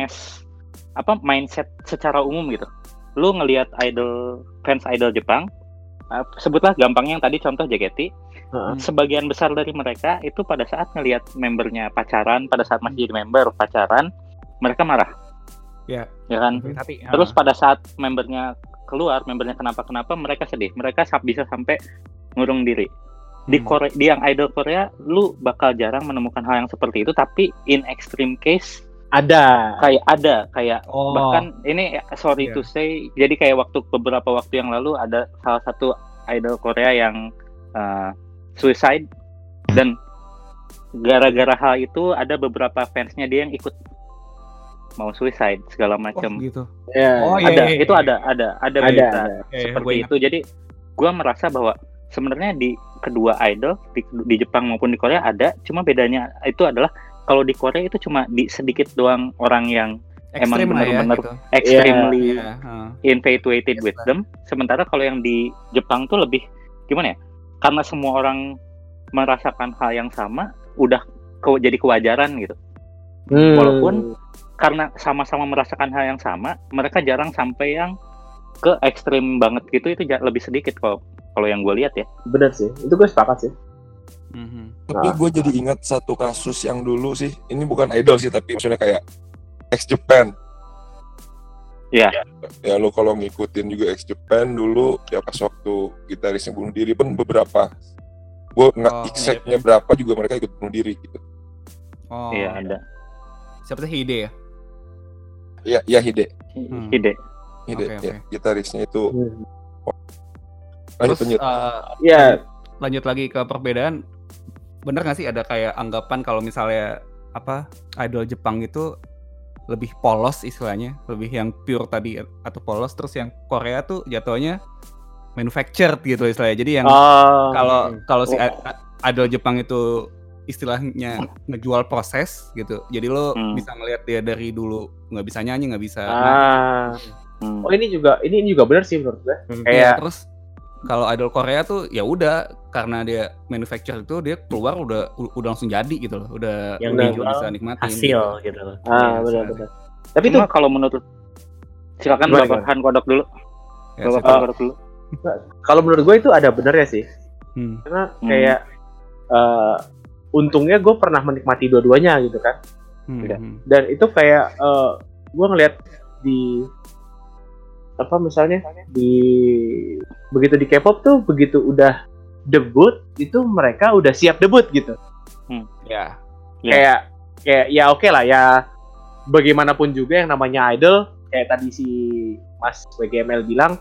mindset secara umum gitu. Lu ngelihat fans idol Jepang, sebutlah gampangnya yang tadi contoh JKT, sebagian besar dari mereka itu pada saat ngelihat membernya pacaran, pada saat masih jadi member pacaran, mereka marah. Ya kan? Terus pada saat membernya keluar, membernya kenapa mereka sedih, mereka bisa sampai ngurung diri. Di yang idol Korea lu bakal jarang menemukan hal yang seperti itu, tapi in extreme case ada bahkan ini sorry to say, jadi kayak beberapa waktu yang lalu ada salah satu idol Korea yang suicide, dan gara-gara hal itu ada beberapa fansnya dia yang ikut mau suicide segala macam. Gitu. Itu ada berita seperti itu. Jadi gue merasa bahwa sebenarnya di kedua idol di Jepang maupun di Korea ada, cuma bedanya itu adalah kalau di Korea itu cuma di sedikit doang orang yang emang Ekstrim lah ya, bener-bener gitu. extremely Iya, infatuated Yes with lah. them. Sementara kalau yang di Jepang tuh lebih gimana ya? Karena semua orang merasakan hal yang sama, udah jadi kewajaran gitu. Walaupun karena sama-sama merasakan hal yang sama, mereka jarang sampai yang ke ekstrim banget gitu. Itu lebih sedikit kalau yang gue lihat ya. Bener sih, itu gue sepakat sih. Tapi gue jadi ingat satu kasus yang dulu sih, ini bukan idol sih, tapi maksudnya kayak X Japan. Iya. Ya lo kalau ngikutin juga X Japan dulu, ya pas waktu gitarisnya bunuh diri pun beberapa. Gue nggak exactnya berapa juga mereka ikut bunuh diri gitu. Oh, Iya ada. siapa sih Hide ya? Iya Hide. Hide. Oke. Ya, gitarisnya itu. Terus Lanjut. Ya, lanjut lagi ke perbedaan. Bener nggak sih ada kayak anggapan kalau misalnya idol Jepang itu lebih polos istilahnya, lebih yang pure tadi atau polos, terus yang Korea tuh jatuhnya manufactured gitu istilahnya. Jadi yang kalau si idol Jepang itu istilahnya ngejual proses gitu. Jadi lo bisa ngelihat dia dari dulu nggak bisa nyanyi, nggak bisa. Oh ini juga benar sih menurut gue. Kayak terus kalau idol Korea tuh ya udah karena dia manufacture itu dia keluar udah langsung jadi gitu loh. Udah yang udah dijual bisa nikmatin hasil gitu loh. Benar. Tapi Cuma kalau menurut silakan Bapak Han Kodok dulu. Ya, Bapak Kodok dulu. kalau menurut gue itu ada benernya sih. Karena kayak untungnya gue pernah menikmati dua-duanya gitu kan. Dan itu kayak gue ngeliat di misalnya begitu di K-pop tuh begitu udah debut itu mereka udah siap debut gitu. Ya. Kayak ya oke lah ya, bagaimanapun juga yang namanya idol kayak tadi si Mas WGML bilang,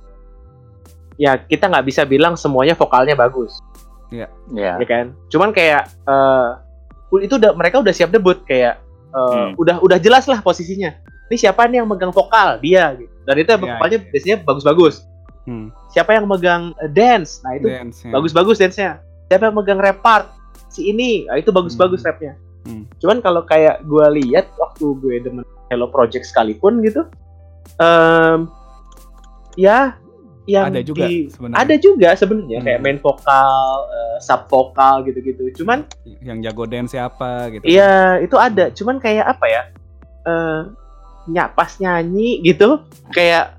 ya kita nggak bisa bilang semuanya vokalnya bagus. Iya. Ya kan. Cuman kayak itu mereka udah siap debut kayak udah jelas lah posisinya. Ini siapa nih yang megang vokal? Dia gitu. Dan itu vokalnya biasanya bagus-bagus. Siapa yang megang dance? Nah itu bagus-bagus dance-nya. Siapa yang megang rap part? Si ini, nah, itu bagus-bagus rapnya. Cuman kalau kayak gue lihat waktu gue demen Hello Project sekalipun gitu, ya yang ada juga sebenarnya kayak main vokal, sub vokal gitu-gitu. Cuman yang jago dance siapa gitu. Iya, itu ada. Cuman kayak apa ya? Pas nyanyi gitu kayak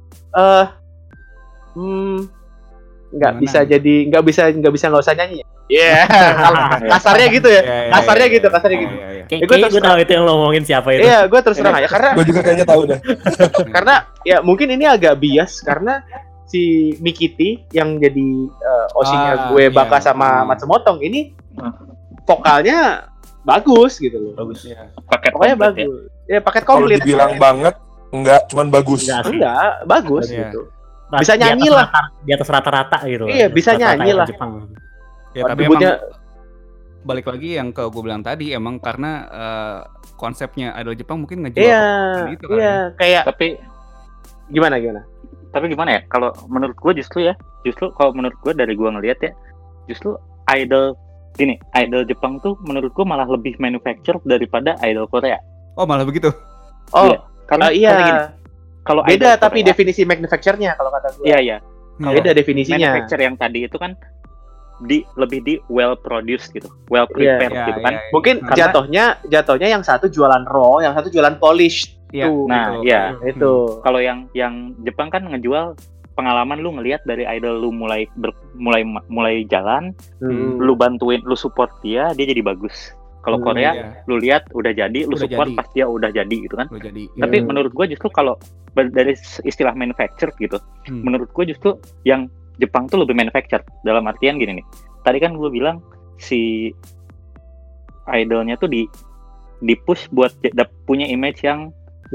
nggak bisa nggak usah nyanyi. Iya, kasarnya gitu ya. Kasarnya gitu. Kayaknya gue tahu itu yang lo ngomongin siapa itu. Iya, gue terus terang aja karena gue juga kayaknya tahu dah. Karena ya mungkin ini agak bias karena si Mikiti yang jadi OC-nya gue Baka sama Matsumotong ini vokalnya bagus gitu loh. Bagus. Pokoknya bagus. Ya paket komplit. Kalau dibilang banget enggak, cuman bagus. Enggak, bagus gitu. Nah, bisa nyanyi lah di atas rata-rata gitu. Iya, bisa nyanyi lah. Ya tapi emang balik lagi yang ke gue bilang tadi emang karena konsepnya idol Jepang mungkin ngejual gitu kan. Iya, kayak tapi gimana? Tapi gimana ya? Kalau menurut gue justru kalau menurut gue dari gue ngelihat ya, justru idol Jepang tuh menurut gue malah lebih manufacture daripada idol Korea. Oh, malah begitu. Oh, iya. Karena kalau beda tapi Korea, definisi manufacture-nya kalau kata gue. Iya. Beda definisinya. Manufacture yang tadi itu kan lebih di well produced gitu, well prepared gitu kan. Mungkin karena jatuhnya yang satu jualan raw, yang satu jualan polished. Nah, itu. Kalau yang Jepang kan ngejual pengalaman lu ngelihat dari idol lu mulai jalan, lu bantuin, lu support dia jadi bagus. Kalau Korea, lu lihat udah jadi, lu support pas dia udah jadi gitu kan. Tapi menurut gue justru kalau dari istilah manufactured gitu, menurut gue justru yang Jepang tuh lebih manufactured. Dalam artian gini nih, tadi kan gue bilang si idolnya tuh di push buat punya image yang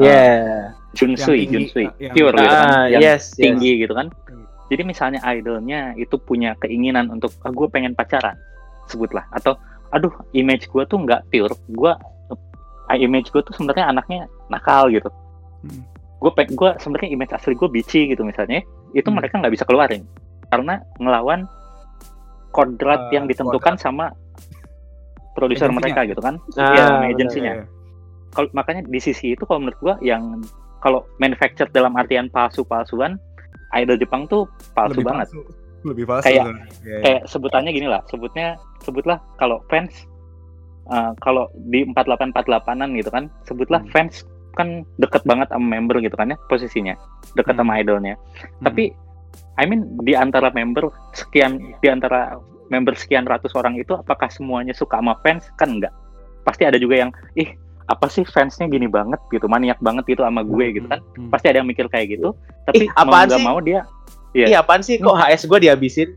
Junsui, pure gitu kan, yang tinggi gitu kan. Jadi misalnya idolnya itu punya keinginan untuk gue pengen pacaran, sebutlah, atau aduh image gue tuh nggak pure, image gue tuh sebenarnya anaknya nakal gitu. Gue sebenarnya image asli gue bitchy gitu misalnya, itu mereka nggak bisa keluarin karena ngelawan kodrat yang ditentukan sama produser mereka gitu kan, agensinya. kalau makanya di sisi itu kalau menurut gua yang kalau manufacture dalam artian palsu-palsuan, idol Jepang tuh palsu banget. Lebih palsu. Kayak sebutannya gini lah, sebutlah kalau fans kalau di 4848an gitu kan, sebutlah fans kan deket banget sama member gitu kan ya, posisinya deket sama idolnya. Tapi I mean di antara member sekian ratus orang itu, apakah semuanya suka sama fans? Kan enggak. Pasti ada juga yang apa sih fansnya gini banget gitu, maniak banget gitu sama gue gitu kan. Pasti ada yang mikir kayak gitu. Tapi mau nggak mau dia apaan sih kok HS gue dihabisin?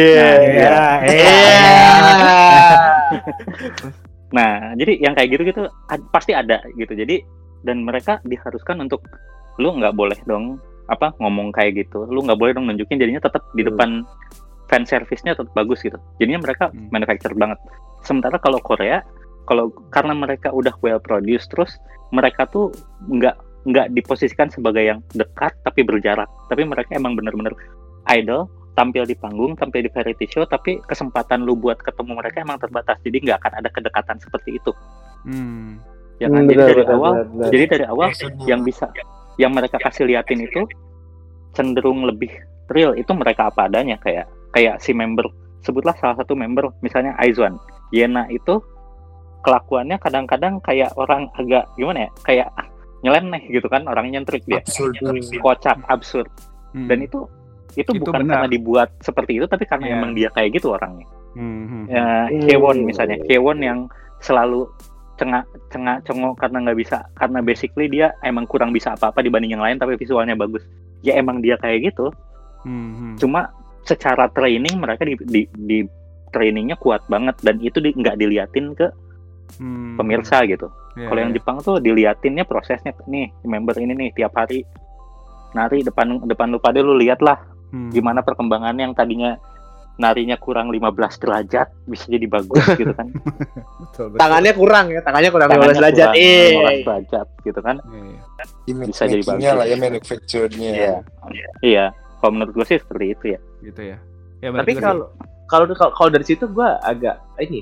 Nah, jadi yang kayak gitu pasti ada gitu. Jadi dan mereka diharuskan untuk lu nggak boleh dong ngomong kayak gitu. Lu nggak boleh dong nunjukin, jadinya tetap di depan fan service-nya tetap bagus gitu. Jadinya mereka manufacture banget. Sementara kalau Korea, karena mereka udah well produced, terus mereka tuh nggak diposisikan sebagai yang dekat tapi berjarak. Tapi mereka emang benar-benar idol, tampil di panggung, tampil di variety show, tapi kesempatan lu buat ketemu mereka emang terbatas. Jadi nggak akan ada kedekatan seperti itu. Ya kan? Jadi dari awal yang mereka kasih liatin itu cenderung lebih real, itu mereka apa adanya, kayak si member, sebutlah salah satu member misalnya Aizwan, Yena itu kelakuannya kadang-kadang kayak orang agak gimana ya, kayak nyeleneh gitu kan, orangnya nyentrik dia, kocak, absurd. Dan itu bukan karena dibuat seperti itu, tapi karena emang dia kayak gitu orangnya. Hewon misalnya, Hewon yang selalu cengok karena nggak bisa, karena basically dia emang kurang bisa apa-apa dibanding yang lain, tapi visualnya bagus. Ya emang dia kayak gitu. Cuma secara training mereka di trainingnya kuat banget, dan itu nggak diliatin ke pemirsa gitu. Kalau yang Jepang tuh diliatinnya prosesnya, nih member ini nih tiap hari nari depan lu pada, lu lihat lah gimana perkembangannya, yang tadinya narinya kurang 15 derajat bisa jadi bagus gitu kan. Betul. Tangannya kurang 15 derajat. 15 derajat gitu kan. Bisa jadi bagus lah ya, manufacture-nya. Iya. Kalau menurut gue sih seperti itu ya. Gitu ya. Tapi kalau dari situ gue agak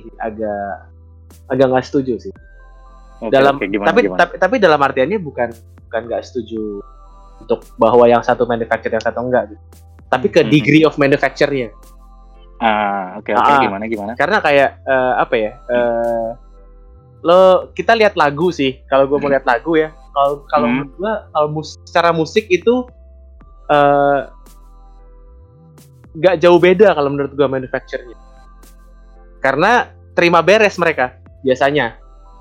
nggak setuju sih. Tapi dalam artiannya bukan nggak setuju untuk bahwa yang satu manufacture yang satu enggak gitu. Tapi ke degree of manufacture-nya. Oke, gimana? Karena kayak kita lihat lagu sih. Kalau gue mau lihat lagu ya, kalau menurut gue secara musik itu nggak jauh beda kalau menurut gue manufacture-nya. Karena terima beres mereka biasanya.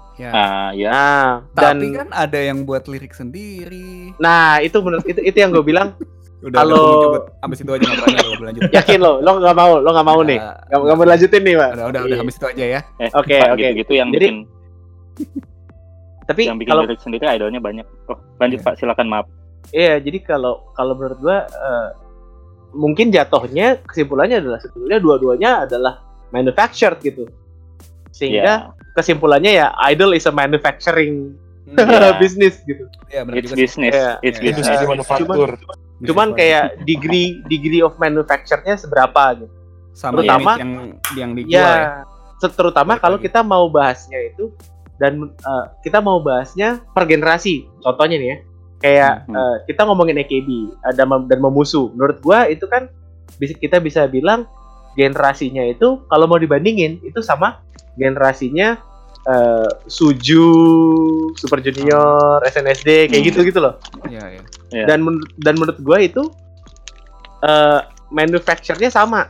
Tapi kan ada yang buat lirik sendiri. Nah, itu yang gue bilang. Kalau habis itu aja nggak berani lanjut. Yakin lo nggak mau nih, nggak mau lanjutin nih, Pak. Udah habis itu aja ya. Oke. Gitu yang bikin. Tapi yang bikin lirik sendiri idolnya banyak. Lanjut Pak, silakan, maaf. Iya, jadi kalau menurut gua mungkin jatuhnya kesimpulannya adalah sebetulnya dua-duanya adalah manufactured gitu. Sehingga kesimpulannya ya idol is a manufacturing business gitu. It's business. It's business. Cuman kayak degree of manufacture-nya seberapa gitu. Sama terutama yang dijual ya. Terutama kalau kita mau bahasnya itu, dan kita mau bahasnya per generasi. Contohnya nih ya, kayak kita ngomongin AKB dan Momusu. Menurut gua itu kan kita bisa bilang generasinya itu kalau mau dibandingin itu sama generasinya Suju, Super Junior, SNSD kayak gitu loh. Iya. Dan menurut gue itu manufacture-nya sama.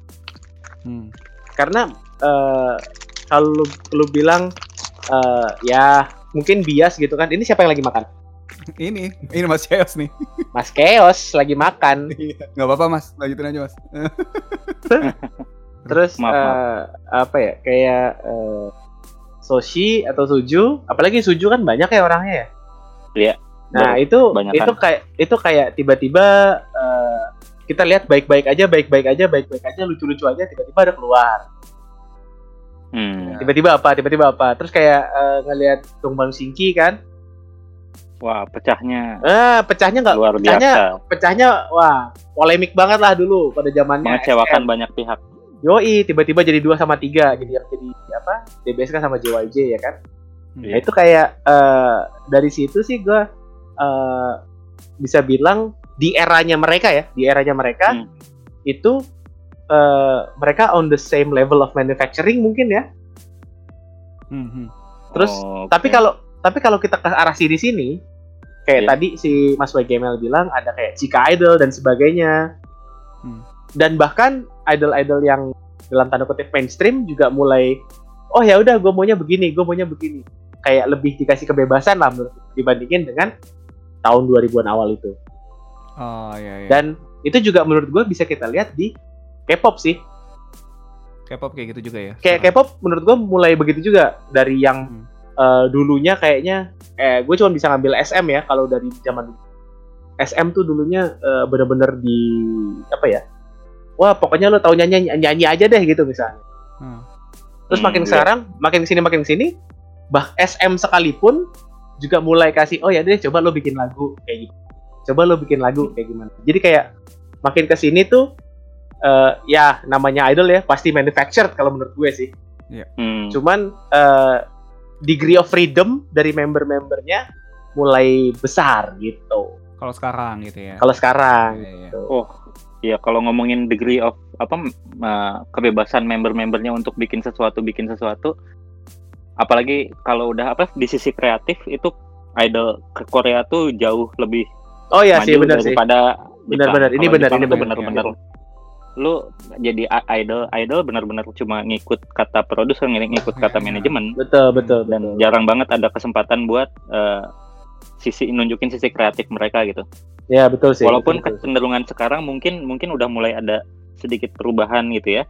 Karena kalau lu bilang ya mungkin bias gitu kan. Ini siapa yang lagi makan? Ini Mas Chaos nih. Mas Chaos lagi makan. Nggak apa-apa Mas, lanjutin aja Mas. Terus apa ya, kayak Soshi atau Suju, apalagi Suju kan banyak ya orangnya ya. Iya. Nah itu kayak tiba-tiba kita lihat baik-baik aja, lucu-lucu aja, tiba-tiba ada keluar. Tiba-tiba apa? Terus kayak ngelihat Dongbang Shinki kan. Wah, pecahnya nggak luar biasa. Pecahnya wah, polemik banget lah dulu pada zamannya. Mengecewakan banyak pihak. Yoi, tiba-tiba jadi 2 sama 3, jadi apa? DBSK sama JYJ ya kan. Ya itu kayak dari situ sih gue bisa bilang di eranya mereka itu mereka on the same level of manufacturing mungkin ya. Terus tapi kalau kita ke arah sini kayak tadi si Mas WGML bilang ada kayak Chica Idol dan sebagainya. Dan bahkan idol-idol yang dalam tanda kutip mainstream juga mulai oh ya udah gue maunya begini. Kayak lebih dikasih kebebasan lah dibandingin dengan tahun 2000-an awal itu. Oh iya. Dan itu juga menurut gue bisa kita lihat di K-pop sih. K-pop kayak gitu juga ya. Kayak K-pop menurut gue mulai begitu juga dari yang dulunya kayaknya gue cuma bisa ngambil SM ya kalau dari zaman SM tuh dulunya bener-bener di apa ya? Wah pokoknya lo tau nyanyi aja deh gitu misalnya. Terus makin sekarang makin kesini SM sekalipun juga mulai kasih oh ya deh coba lo bikin lagu kayak gitu. Coba lo bikin lagu kayak gimana. Jadi kayak makin kesini tuh ya namanya idol ya pasti manufactured kalau menurut gue sih. Cuman degree of freedom dari member-membernya mulai besar gitu. Kalau sekarang gitu ya. Kalau sekarang. Gitu. Oh, ya kalau ngomongin degree of kebebasan member-membernya untuk bikin sesuatu, apalagi kalau udah di sisi kreatif itu idol ke Korea tuh jauh lebih oh ya sih maju benar sih. daripada Benar. Ini benar. Lu jadi idol benar-benar cuma ngikut kata produser, ngikut kata manajemen. Betul. Dan jarang banget ada kesempatan buat nunjukin sisi kreatif mereka gitu. Ya betul sih. Walaupun kecenderungan sekarang mungkin udah mulai ada sedikit perubahan gitu ya.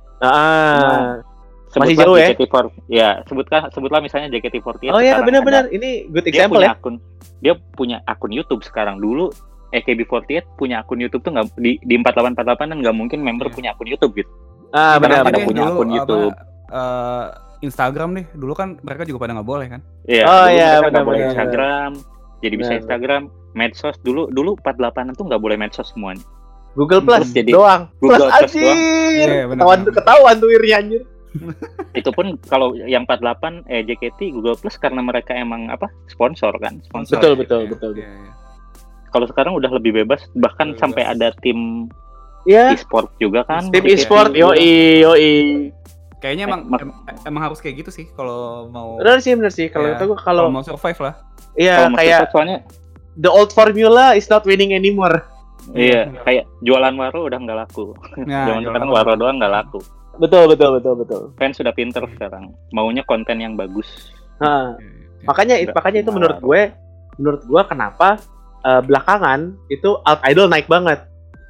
Masih jauh ya. Ya sebutlah misalnya JKT48. Oh ya benar. Ini good example ya. Dia punya akun YouTube sekarang. Dulu AKB48 punya akun YouTube tuh nggak di 4848 dan nggak mungkin member punya akun YouTube gitu. Benar. Pada punya akun YouTube. Instagram nih, dulu kan mereka juga pada nggak boleh kan? Iya. Oh iya benar. Boleh Instagram, jadi bisa Instagram, medsos dulu 48an tuh nggak boleh medsos semuanya. Google Plus jadi doang. Google Plus doang. Ketahuan tuh iri anjir. Itu pun kalau yang 48 JKT Google Plus karena mereka emang sponsor kan. Betul. Iya. Kalau sekarang udah lebih bebas, bahkan sampai ada tim e-sport juga kan. Tim e-sport, yoi. Kayaknya emang harus kayak gitu sih kalau mau. Benar sih. Kalau mau survive lah. Iya, kayak soalnya the old formula is not winning anymore. Iya, kayak jualan waro udah nggak laku. Zaman sekarang waro doang nggak laku. Betul. Fans sudah pinter sekarang, maunya konten yang bagus. Makanya itu menurut gue kenapa belakangan itu alt idol naik banget.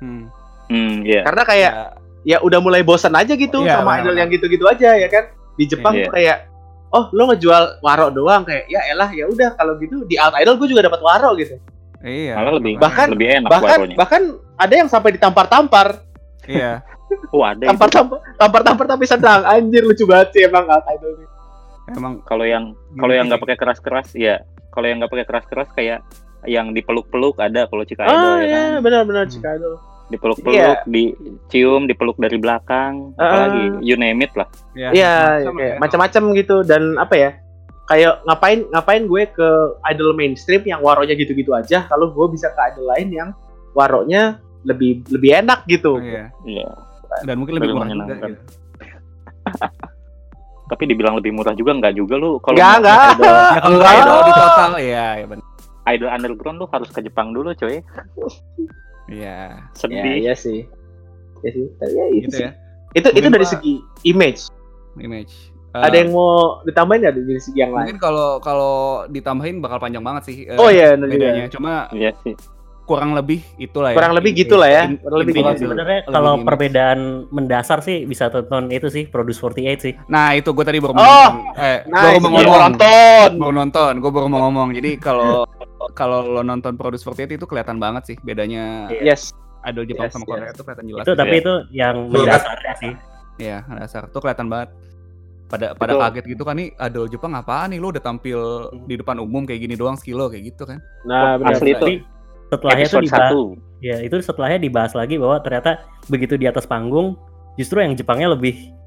Karena kayak ya udah mulai bosan aja gitu sama idol yang gitu-gitu aja ya kan. Di Jepang tuh kayak oh lo ngejual waro doang kayak ya elah ya udah kalau gitu di alt idol gue juga dapat waro gitu. Iya. Malah lebih enak waronya. Bahkan ada yang sampai ditampar-tampar. Iya. Ada tampar-tampar tapi sedang anjir lucu banget sih emang alt idol ini. Emang kalau yang nggak pakai keras-keras ya, kalau yang nggak pakai keras-keras kayak yang dipeluk-peluk ada kalau Chica Idol ya kan. Benar Chica Idol. Dipeluk-peluk, dicium, dipeluk dari belakang, apalagi you name it lah. Iya, macam-macam gitu dan apa ya? Kayak ngapain gue ke idol mainstream yang waronya gitu-gitu aja kalau gue bisa ke idol lain yang waronya lebih enak gitu. Iya. Dan mungkin lebih murah juga gitu. Tapi dibilang lebih murah juga enggak juga lu kalau enggak. Kalau idol di total ya benar. Idol underground lu harus ke Jepang dulu coy. Iya. Sedih. Iya sih. Tapi ya gitu ya. Itu dari segi image. Ada yang mau ditambahin nggak dari segi yang lain? Mungkin kalau ditambahin bakal panjang banget sih. Bedanya. Cuma iya sih. Kurang lebih itulah ya. Kurang lebih gitulah ya. Sebenarnya kalau perbedaan mendasar sih bisa tonton itu sih Produce 48 sih. Nah, itu gue tadi baru nonton. Gue baru mau ngomong. Jadi kalau lo nonton Produce 48 itu kelihatan banget sih bedanya. Yes. Idol Jepang sama Korea itu kelihatan jelas. Itu tapi itu yang mendasar sih. Iya, mendasar. Itu kelihatan banget. Pada kaget gitu kan nih idol Jepang apaan nih lo udah tampil di depan umum kayak gini doang skill lo kayak gitu kan. Nah, benar. Asli itu. Setelahnya tuh setelahnya dibahas lagi bahwa ternyata begitu di atas panggung justru yang Jepangnya lebih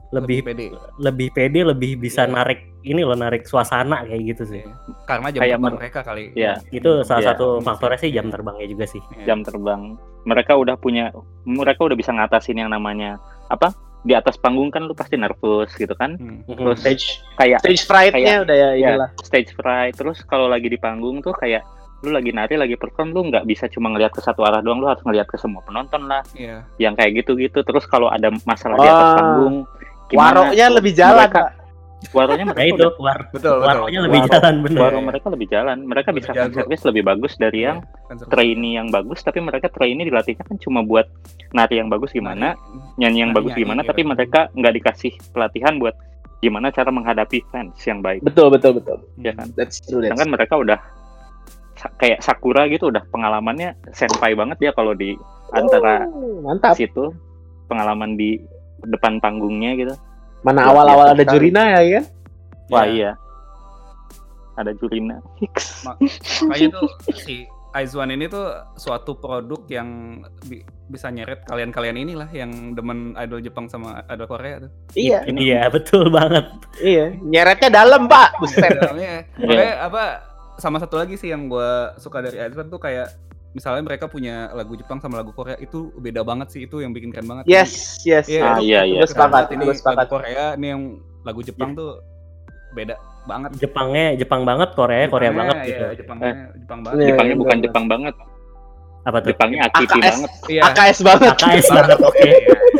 lebih pede, lebih bisa narik suasana kayak gitu sih. Karena jam terbang mereka kali. Iya. Itu salah satu faktornya sih, jam terbangnya juga sih. Jam terbang. Mereka udah bisa ngatasin yang namanya apa? Di atas panggung kan lu pasti nervous gitu kan. Terus stage fright-nya udah ya inilah. Stage fright. Terus kalau lagi di panggung tuh kayak lu lagi nari, lagi perform, lu nggak bisa cuma ngelihat ke satu arah doang, lu harus ngelihat ke semua penonton lah. Yang kayak gitu-gitu. Terus kalau ada masalah di atas panggung, waronya lebih jalan, Pak. Waronya mereka itu waronya lebih jalan, bener. Waro mereka lebih jalan. Mereka bisa service lebih bagus dari yang trainee yang bagus, tapi mereka trainee dilatihnya kan cuma buat nari yang bagus gimana, nyanyi yang bagus gimana, tapi mereka nggak dikasih pelatihan buat gimana cara menghadapi fans yang baik. Betul. Ya kan? That's true. Sedangkan mereka udah kayak Sakura gitu, udah pengalamannya senpai banget dia kalau di antara situ, pengalaman di depan panggungnya gitu. Mana awal-awal ada Jurina ya kan? Wah iya, ada Jurina. Makanya tuh si Aizuan ini tuh suatu produk yang bisa nyeret kalian inilah yang demen idol Jepang sama idol Korea tuh. Iya, betul banget. Iya, nyeretnya dalam, Pak. Buset. Makanya sama satu lagi sih yang gue suka dari Aizuan tuh kayak misalnya mereka punya lagu Jepang sama lagu Korea, itu beda banget sih, itu yang bikin keren banget. Yes. Iya. Gue sepakat. Ini lagu Korea, ini yang lagu Jepang tuh beda banget. Jepang banget, Korea banget gitu. Jepang banget. Jepangnya bukan Jepang banget. Apa tuh? Jepangnya AKT banget. AKS banget. Oke.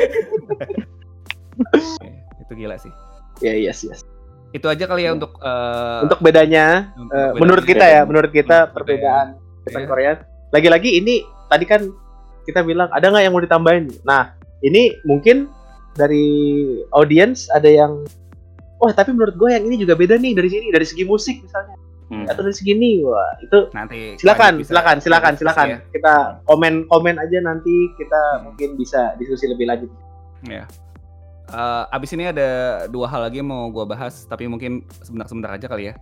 Itu gila sih. Yes. Itu aja kali ya untuk bedanya menurut kita perbedaan Jepang Korea. Lagi-lagi ini tadi kan kita bilang ada nggak yang mau ditambahin? Nah, ini mungkin dari audiens ada yang tapi menurut gue yang ini juga beda nih dari segi musik misalnya. Atau dari segi ini, wah itu nanti silakan. Ya. Kita komen aja, nanti kita mungkin bisa diskusi lebih lanjut. Ya. Abis ini ada 2 hal lagi yang mau gue bahas, tapi mungkin sebentar aja kali ya.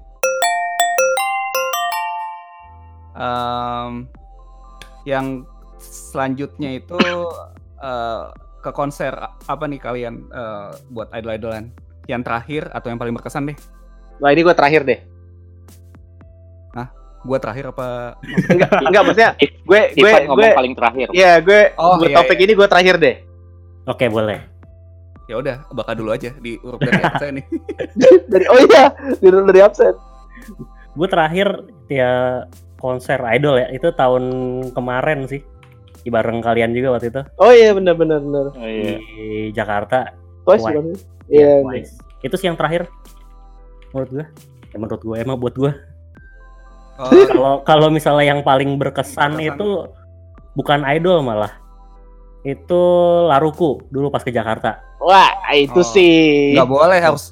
Yang selanjutnya itu ke konser apa nih kalian buat idol-idolan? Yang terakhir atau yang paling berkesan deh? Wah, ini gue terakhir deh. Hah? Gue terakhir apa? Enggak, maksudnya gue paling terakhir. Iya, topik ini gue terakhir deh. Oke, boleh. Ya udah, bakal dulu aja di urut dari absen nih. dari absen. Gue terakhir ya konser idol ya, itu tahun kemarin sih. Bareng kalian juga waktu itu. Oh iya, benar. Di Jakarta. Twice. Iya. Itu sih yang terakhir menurut gue. Emang buat gue. Kalau misalnya yang paling berkesan itu bukan idol malah. Itu Laruku dulu pas ke Jakarta. Wah, itu sih. Nggak boleh, harus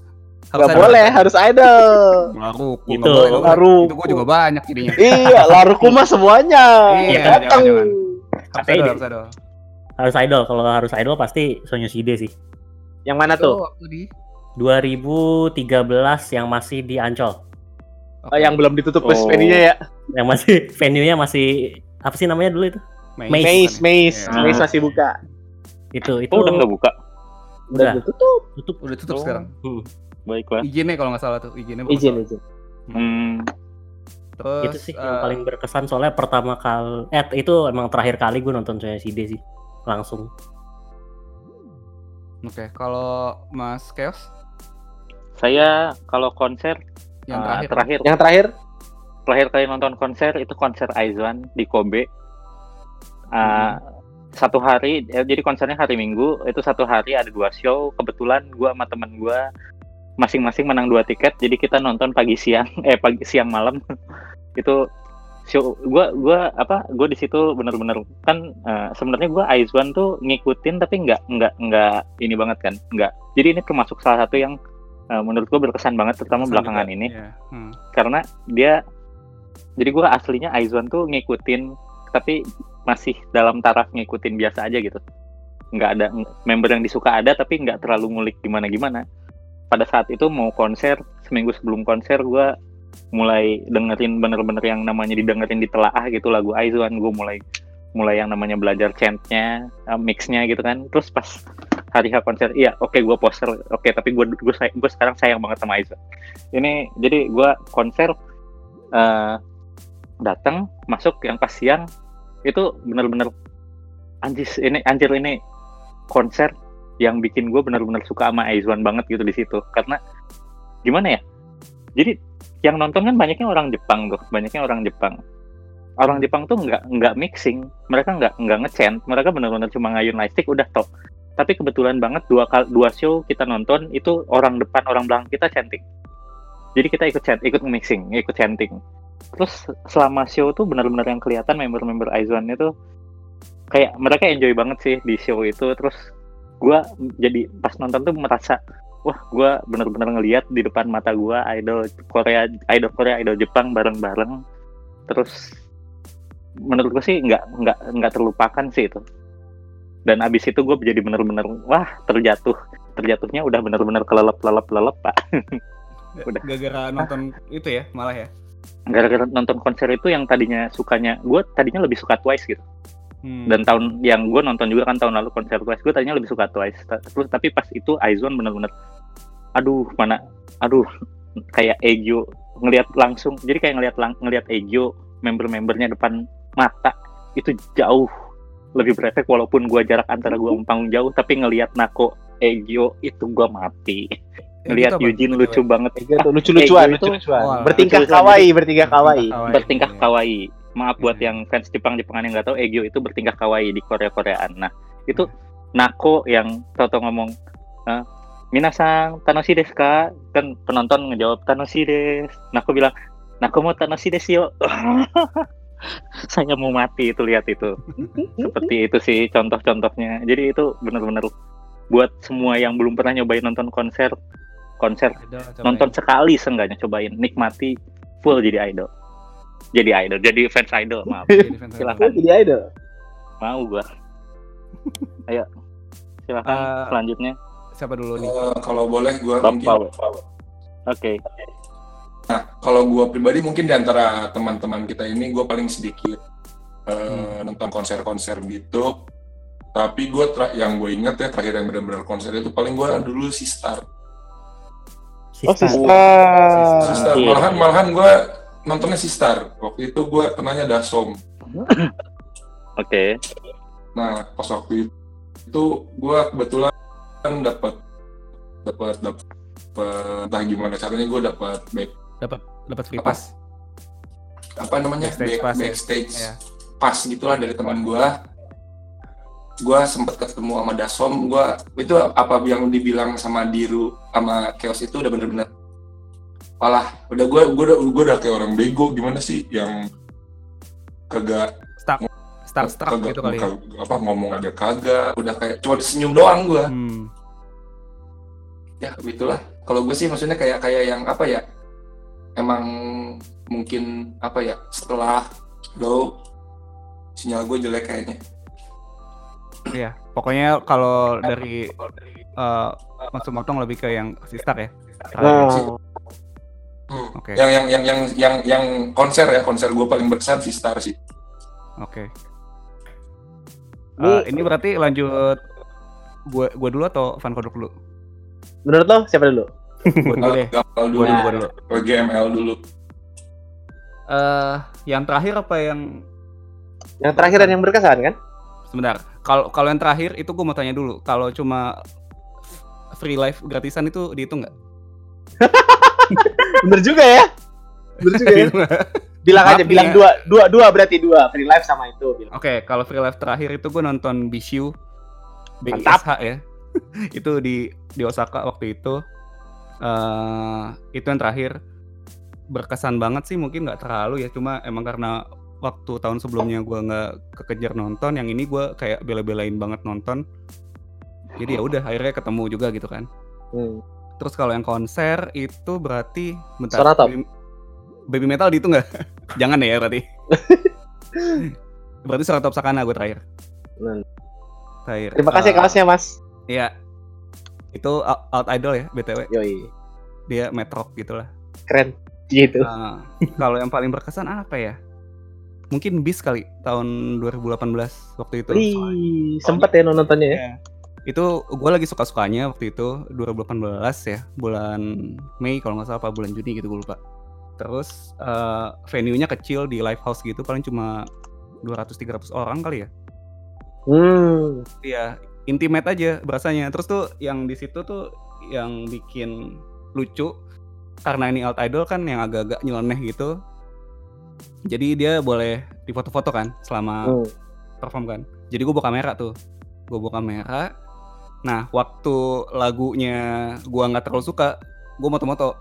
idol. Laruku. Laruku. Itu gue juga banyak jadinya. Iya, Laruku mah semuanya. Iya, jangan. Harus idol. Kalau harus idol pasti Sonyoside sih. Yang mana tuh? 2013 yang masih di Ancol. Yang belum ditutup venue-nya ya? Yang masih venue-nya masih apa sih namanya dulu itu? Maze masih buka. Itu udah nggak buka? Udah tutup sekarang. Baiklah. Izinnya kalau nggak salah tuh, izinnya. Izin. Terus itu sih yang paling berkesan, soalnya pertama kali itu emang terakhir kali gue nonton Sonyoside sih langsung. Oke, kalau Mas Chaos? Saya kalau konser yang terakhir kali nonton konser itu konser Aizuan di Kobe. Satu hari, jadi konsernya hari Minggu, itu satu hari ada 2 show. Kebetulan gue sama temen gue masing-masing menang 2 tiket, jadi kita nonton pagi siang malam. Itu show gue di situ bener-bener kan sebenarnya gue Aizuan tuh ngikutin tapi nggak ini banget kan, nggak. Jadi ini termasuk salah satu yang menurut gue berkesan banget, terutama belakangan ini. Karena jadi gue aslinya Aizuan tuh ngikutin tapi masih dalam taraf ngikutin biasa aja gitu, nggak ada member yang disuka ada tapi nggak terlalu ngulik gimana. Pada saat itu mau konser, seminggu sebelum konser gue mulai dengerin bener-bener yang namanya didengerin ditelaah gitu lagu Aizuan. Gue mulai yang namanya belajar chant-nya, mix-nya gitu kan. Terus pas hari konser, iya oke gue poster, oke tapi gue sekarang sayang banget sama Aizwan. Ini jadi gue konser datang masuk yang pas siang itu bener-bener anjir ini konser yang bikin gue bener-bener suka sama Aizwan banget gitu di situ. Karena gimana ya, jadi yang nonton kan banyaknya orang Jepang. Orang Jepang tuh nggak mixing, mereka nggak ngechant, mereka benar-benar cuma ngayun lightstick udah top. Tapi kebetulan banget dua show kita nonton itu orang depan orang belakang kita chanting. Jadi kita ikut mixing, ikut chanting. Terus selama show tuh benar-benar yang kelihatan member-member Aizwan itu kayak mereka enjoy banget sih di show itu. Terus gue jadi pas nonton tuh merasa wah gue benar-benar ngelihat di depan mata gue idol Korea, idol Jepang bareng-bareng. Terus menurut gue sih nggak terlupakan sih itu. Dan abis itu gue jadi bener-bener wah terjatuhnya udah bener-bener kelelep pak. Udah gara-gara nonton itu ya malah ya. Gara-gara nonton konser itu yang tadinya gue tadinya lebih suka Twice gitu. Dan tahun yang gue nonton juga kan tahun lalu konser Twice, gue tadinya lebih suka Twice. Terus tapi pas itu Aizwan bener-bener aduh kayak Egyo ngelihat langsung, jadi kayak ngelihat Egyo member-membernya depan mata itu jauh lebih berefek, walaupun gua jarak antara gua sama panggung jauh, tapi ngelihat Nako, Egyo itu gua mati. Ngelihat Eugene lucu banget. Egyo tuh lucu-lucuan. Bertingkah kawaii. Maaf buat yang fans Jepang-Jepangan yang nggak tahu, Egyo itu bertingkah kawaii di Korea-Koreaan. Nah, itu Nako yang Toto ngomong Minasang tanoshi desu ka? Kan penonton ngejawab tanoshi desu. Nako bilang Nako mo tanoshi desu yo. Saya mau mati itu lihat itu. Seperti itu sih contoh-contohnya. Jadi itu benar-benar buat semua yang belum pernah nyobain nonton konser nonton sekali seenggaknya, cobain, nikmati full jadi fans idol, maaf. Silakan jadi idol. Mau gua. Ayo. Silakan selanjutnya. Siapa dulu nih? Kalau boleh gua mungkin. Oke. Nah, kalau gue pribadi mungkin di antara teman-teman kita ini gue paling sedikit nonton konser-konser gitu. Tapi gue yang gue inget ya terakhir yang benar-benar konser itu paling gue dulu Sistar. Sistar. Malahan gue nontonnya Sistar. Waktu itu gue kenanya Dasom. Oke. Nah, pas waktu itu gue kebetulan dapat entah gimana caranya gue dapat free pass. Apa namanya? Backstage ya. Pass gitulah dari teman gue. Gue sempet ketemu sama Dasom. Itu apa yang dibilang sama Diru sama Chaos itu udah bener-bener malah udah gue udah kayak orang bego gimana sih yang kagak stuck gitu kali ya. Apa ngomong aja kagak, udah kayak cuma senyum doang gue. Ya gitulah. Kalau gue sih maksudnya kayak yang apa ya, emang mungkin apa ya, setelah low sinyal gue jelek kayaknya. Iya, pokoknya kalau dari Mas Motong lebih ke yang Sistar ya. Oke. Yang konser gue paling berkesan Sistar sih. Oke. Ini berarti lanjut gue dulu atau Van Kodok dulu? Menurut lo siapa dulu? Gue dulu deh. Gue dulu. GML dulu. Yang terakhir apa yang? Yang terakhir dan yang berkesan kan? Sebentar. Kalau yang terakhir itu gue mau tanya dulu. Kalau cuma free live gratisan itu dihitung nggak? Bener juga ya. Bilang aja, bilang dua berarti dua free live sama itu. Oke, kalau free live terakhir itu gue nonton Bishu, BISH ya. Itu di Osaka waktu itu. Itu yang terakhir. Berkesan banget sih, mungkin nggak terlalu ya, cuma emang karena waktu tahun sebelumnya gue nggak kekejar nonton, yang ini gue kayak bela-belain banget nonton. Jadi ya udah akhirnya ketemu juga gitu kan. Terus kalau yang konser itu berarti bentar. Baby Metal di itu nggak? Jangan ya berarti. Berarti Suara Top Sakana gue terakhir. Terima kasih kelasnya Mas. Iya. Itu Out Idol ya BTW. Yoi. Dia metrok gitulah. Keren gitu. Kalau yang paling berkesan apa ya? Mungkin Bis kali tahun 2018 waktu itu. Sempet ya nontonnya ya. Itu gue lagi suka-sukanya waktu itu 2018 ya, bulan Mei kalau nggak salah, apa bulan Juni gitu gue lupa. Terus venue-nya kecil di live house gitu, paling cuma 200-300 orang kali ya. Iya, intimate aja berasanya. Terus tuh yang di situ tuh yang bikin lucu, karena ini alt idol kan yang agak-agak nyeleneh gitu. Jadi dia boleh difoto-foto kan selama perform kan. Jadi gue bawa kamera tuh. Nah, waktu lagunya gua nggak terlalu suka, gua moto-moto.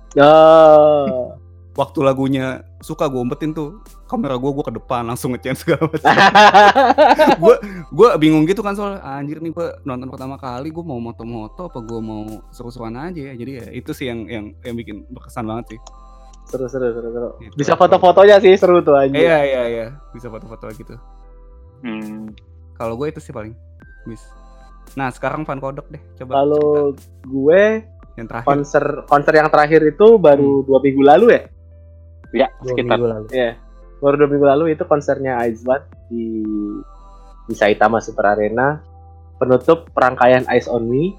Waktu lagunya suka, gua umpetin tuh kamera gua ke depan, langsung nge-chance segala macam. gua bingung gitu kan, soal anjir nih gua nonton pertama kali, gua mau moto-moto apa gua mau seru-seruan aja ya. Jadi ya itu sih yang bikin berkesan banget sih. Seru. Gitu. Bisa foto-fotonya sih seru tuh anjir. Iya, bisa foto-foto gitu. Kalau gue itu sih paling bis. Nah, sekarang Fan Kodok deh, coba. Kalau gue yang terakhir konser yang terakhir itu baru 2 minggu lalu ya? Ya, sekitar. Iya. Baru 2 minggu lalu itu konsernya Iceman di Saitama Super Arena, penutup perangkaian Eyes on Me.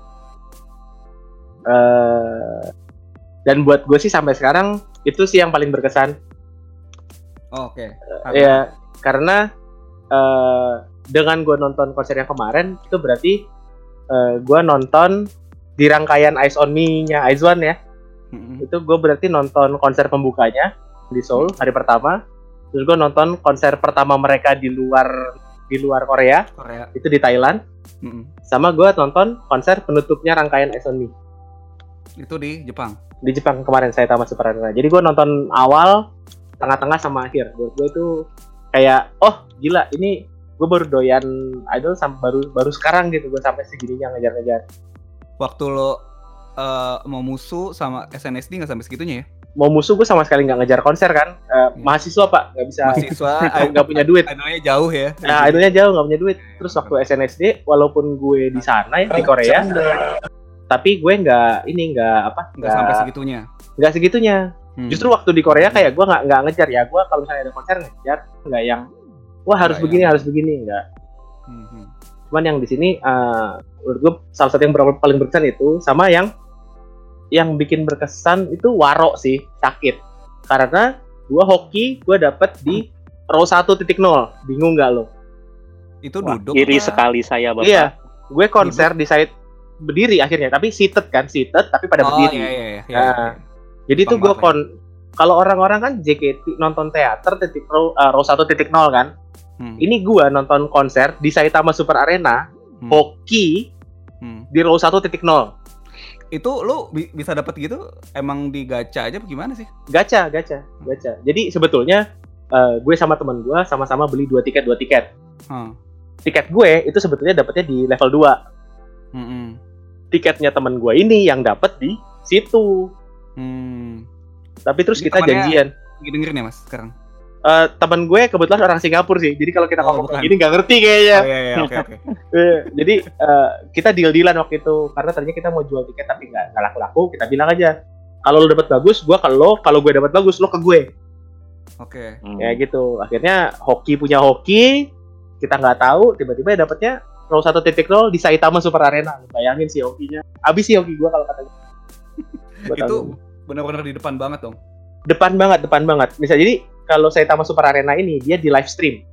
Dan buat gue sih sampai sekarang itu sih yang paling berkesan. Oke. Ya, karena dengan gue nonton konser yang kemarin itu berarti gue nonton di rangkaian Eyes on Me-nya Iceman ya. Itu gue berarti nonton konser pembukanya di Seoul hari pertama. Terus gue nonton konser pertama mereka di luar Korea. Itu di Thailand. Sama gue nonton konser penutupnya rangkaian Eyes on Me. Itu di Jepang. Di Jepang kemarin Saitama Super Arena. Jadi gue nonton awal, tengah-tengah sama akhir. Buat gue itu kayak, oh gila, ini gue baru doyan idol baru sekarang gitu, gue sampai segininya ngejar-ngejar. Waktu lo mau musuh sama SNSD nggak sampai segitunya ya? Mau musuh gue sama sekali nggak ngejar konser kan. Mahasiswa pak, nggak bisa. Mahasiswa nggak punya duit. Idolnya jauh ya. Nah, idolnya jauh, nggak punya duit. Terus waktu SNSD, walaupun gue di sana ya di Korea, tapi gue nggak sampai segitunya. Nggak segitunya. Justru waktu di Korea kayak gue nggak ngejar ya. Gue kalau misalnya ada konser ngejar, nggak yang wah harus begini enggak. Cuman yang di sini menurut gue salah satu yang paling berkesan itu, sama yang bikin berkesan itu Waro sih, sakit. Karena gue hoki gue dapet di row 1.0. Bingung nggak lo? Itu duduk. Iri sekali saya Bapak. Iya, gue konser di side berdiri akhirnya, tapi seated tapi pada berdiri. Iya. Jadi tuh gue kalau orang-orang kan JKT nonton teater row 1.0 kan. Ini gua nonton konser di Saitama Super Arena, hoki di row 1.0. Itu lu bisa dapat gitu emang di gacha aja gimana sih? Gacha. Jadi sebetulnya gue sama teman gue sama-sama beli 2 tiket. Tiket gue itu sebetulnya dapatnya di level 2. Tiketnya teman gue ini yang dapat di situ. Tapi terus ini kita janjian. Dengerin ya Mas sekarang? Temen gue kebetulan orang Singapura sih, jadi kalau kita ngomong kayak gini nggak ngerti kayaknya. Oke. Jadi kita deal-dealan waktu itu, karena tadinya kita mau jual tiket tapi nggak laku-laku. Kita bilang aja, kalau lo dapat bagus, gue ke lo. Kalau gue dapat bagus, lo ke gue. Oke. Ya gitu. Akhirnya hoki punya hoki, kita nggak tahu, tiba-tiba dapatnya row 1.0 di Saitama Super Arena. Bayangin sih hokinya. Abis sih hoki gue kalau kata gue. Itu benar-benar di depan banget dong. Depan banget. Bisa jadi kalau Saitama Super Arena ini dia di live stream.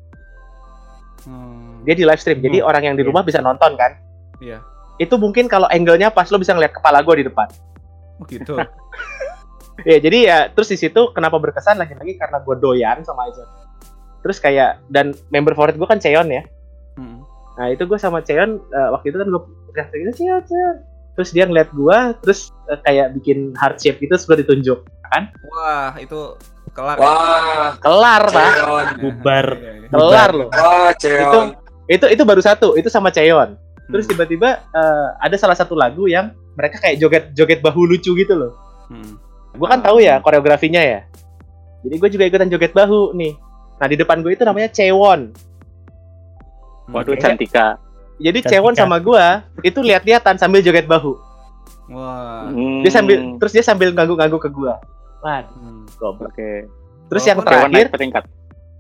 Jadi orang yang di rumah bisa nonton kan? Iya. Itu mungkin kalau angle-nya pas lo bisa ngeliat kepala gue di depan. Oh gitu. Ya jadi ya terus di situ kenapa berkesan lagi-lagi karena gue doyan sama Izon. Terus kayak dan member favorit gue kan Cheon ya. Nah itu gue sama Cheon waktu itu kan gue teriak-teriak Cheon. Terus dia ngeliat gue, terus kayak bikin heart shape gitu, terus gue ditunjuk kan? Wah itu kelar. Kelar pak. Bubar. Kelar loh. Wah, Cheon. Itu baru satu, itu sama Cheon. Terus tiba-tiba ada salah satu lagu yang mereka kayak joget bahu lucu gitu loh. Gue kan tahu ya koreografinya ya. Jadi gue juga ikutan joget bahu nih. Nah di depan gue itu namanya Chaewon. Waduh cantika. Jadi Chaewon sama gue itu lihat-lihatan sambil joget bahu. Wah. Dia sambil ganggu-ganggu ke gue. Waduh, goblok. Oke. Terus yang terakhir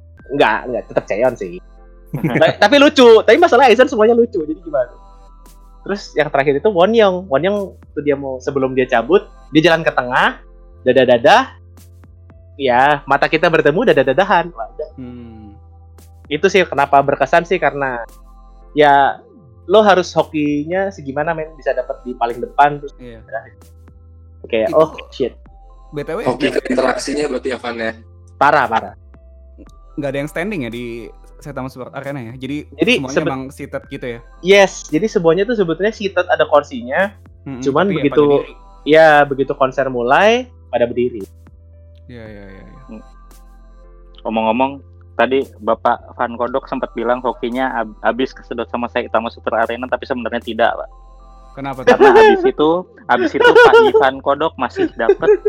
Enggak, tetap Cheon sih. Tapi lucu. Tapi masalah Aizen semuanya lucu. Jadi gimana? Terus yang terakhir itu Wonyoung tuh dia mau sebelum dia cabut, dia jalan ke tengah, dadah-dadah. Ya, mata kita bertemu dadah-dadahan. Itu sih kenapa berkesan sih karena ya lo harus hokinya segimana men bisa dapat di paling depan terus. Iya. Kayak Itu- oh shit, BTW Hoki ke interaksinya berarti Evan ya. parah. nggak ada yang standing ya di Saitama Sport Arena ya. Jadi semuanya emang seated gitu ya. Yes, jadi semuanya tuh sebetulnya seated ada kursinya. Cuman tapi ya begitu pada diri. ya begitu konser mulai pada berdiri. Iya. Ngomong-ngomong, tadi Bapak Van Kodok sempat bilang hokinya habis kesedot sama Saitama Super Arena, tapi sebenarnya tidak, Pak. Kenapa tuh? Karena habis itu Pak Ivan Kodok masih dapat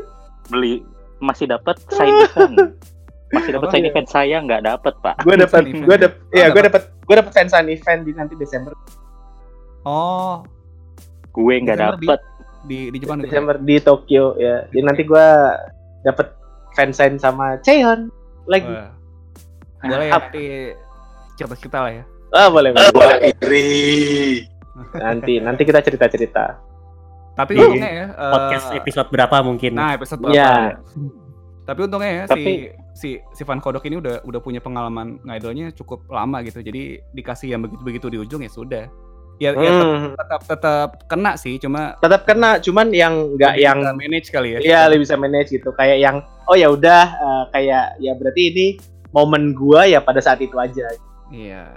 side event. Masih dapat side event, saya nggak dapat, Pak. Gue dapat Dapat. gue dapat fansign event di nanti Desember. Oh, Gue nggak Desember dapat. di Jepang itu. Desember di Tokyo ya. Jadi nanti gue dapat fansign sama Cheon lagi. Wah. Boleh ya nanti cerita-cerita lah ya. Boleh. Wah, iri. Nanti kita cerita. Tapi Di untungnya ya Podcast episode berapa mungkin? Nah, episode berapa? Ya. Tapi untungnya ya si Van Kodok ini udah punya pengalaman ngidolnya cukup lama gitu. Jadi dikasih yang begitu-begitu di ujung ya sudah. Ya tetap kena sih, Tetap kena, cuman yang nggak lebih yang bisa manage kali ya. Iya, lebih bisa manage gitu. Kayak yang oh ya udah kayak ya berarti ini momen gua ya pada saat itu aja. Iya.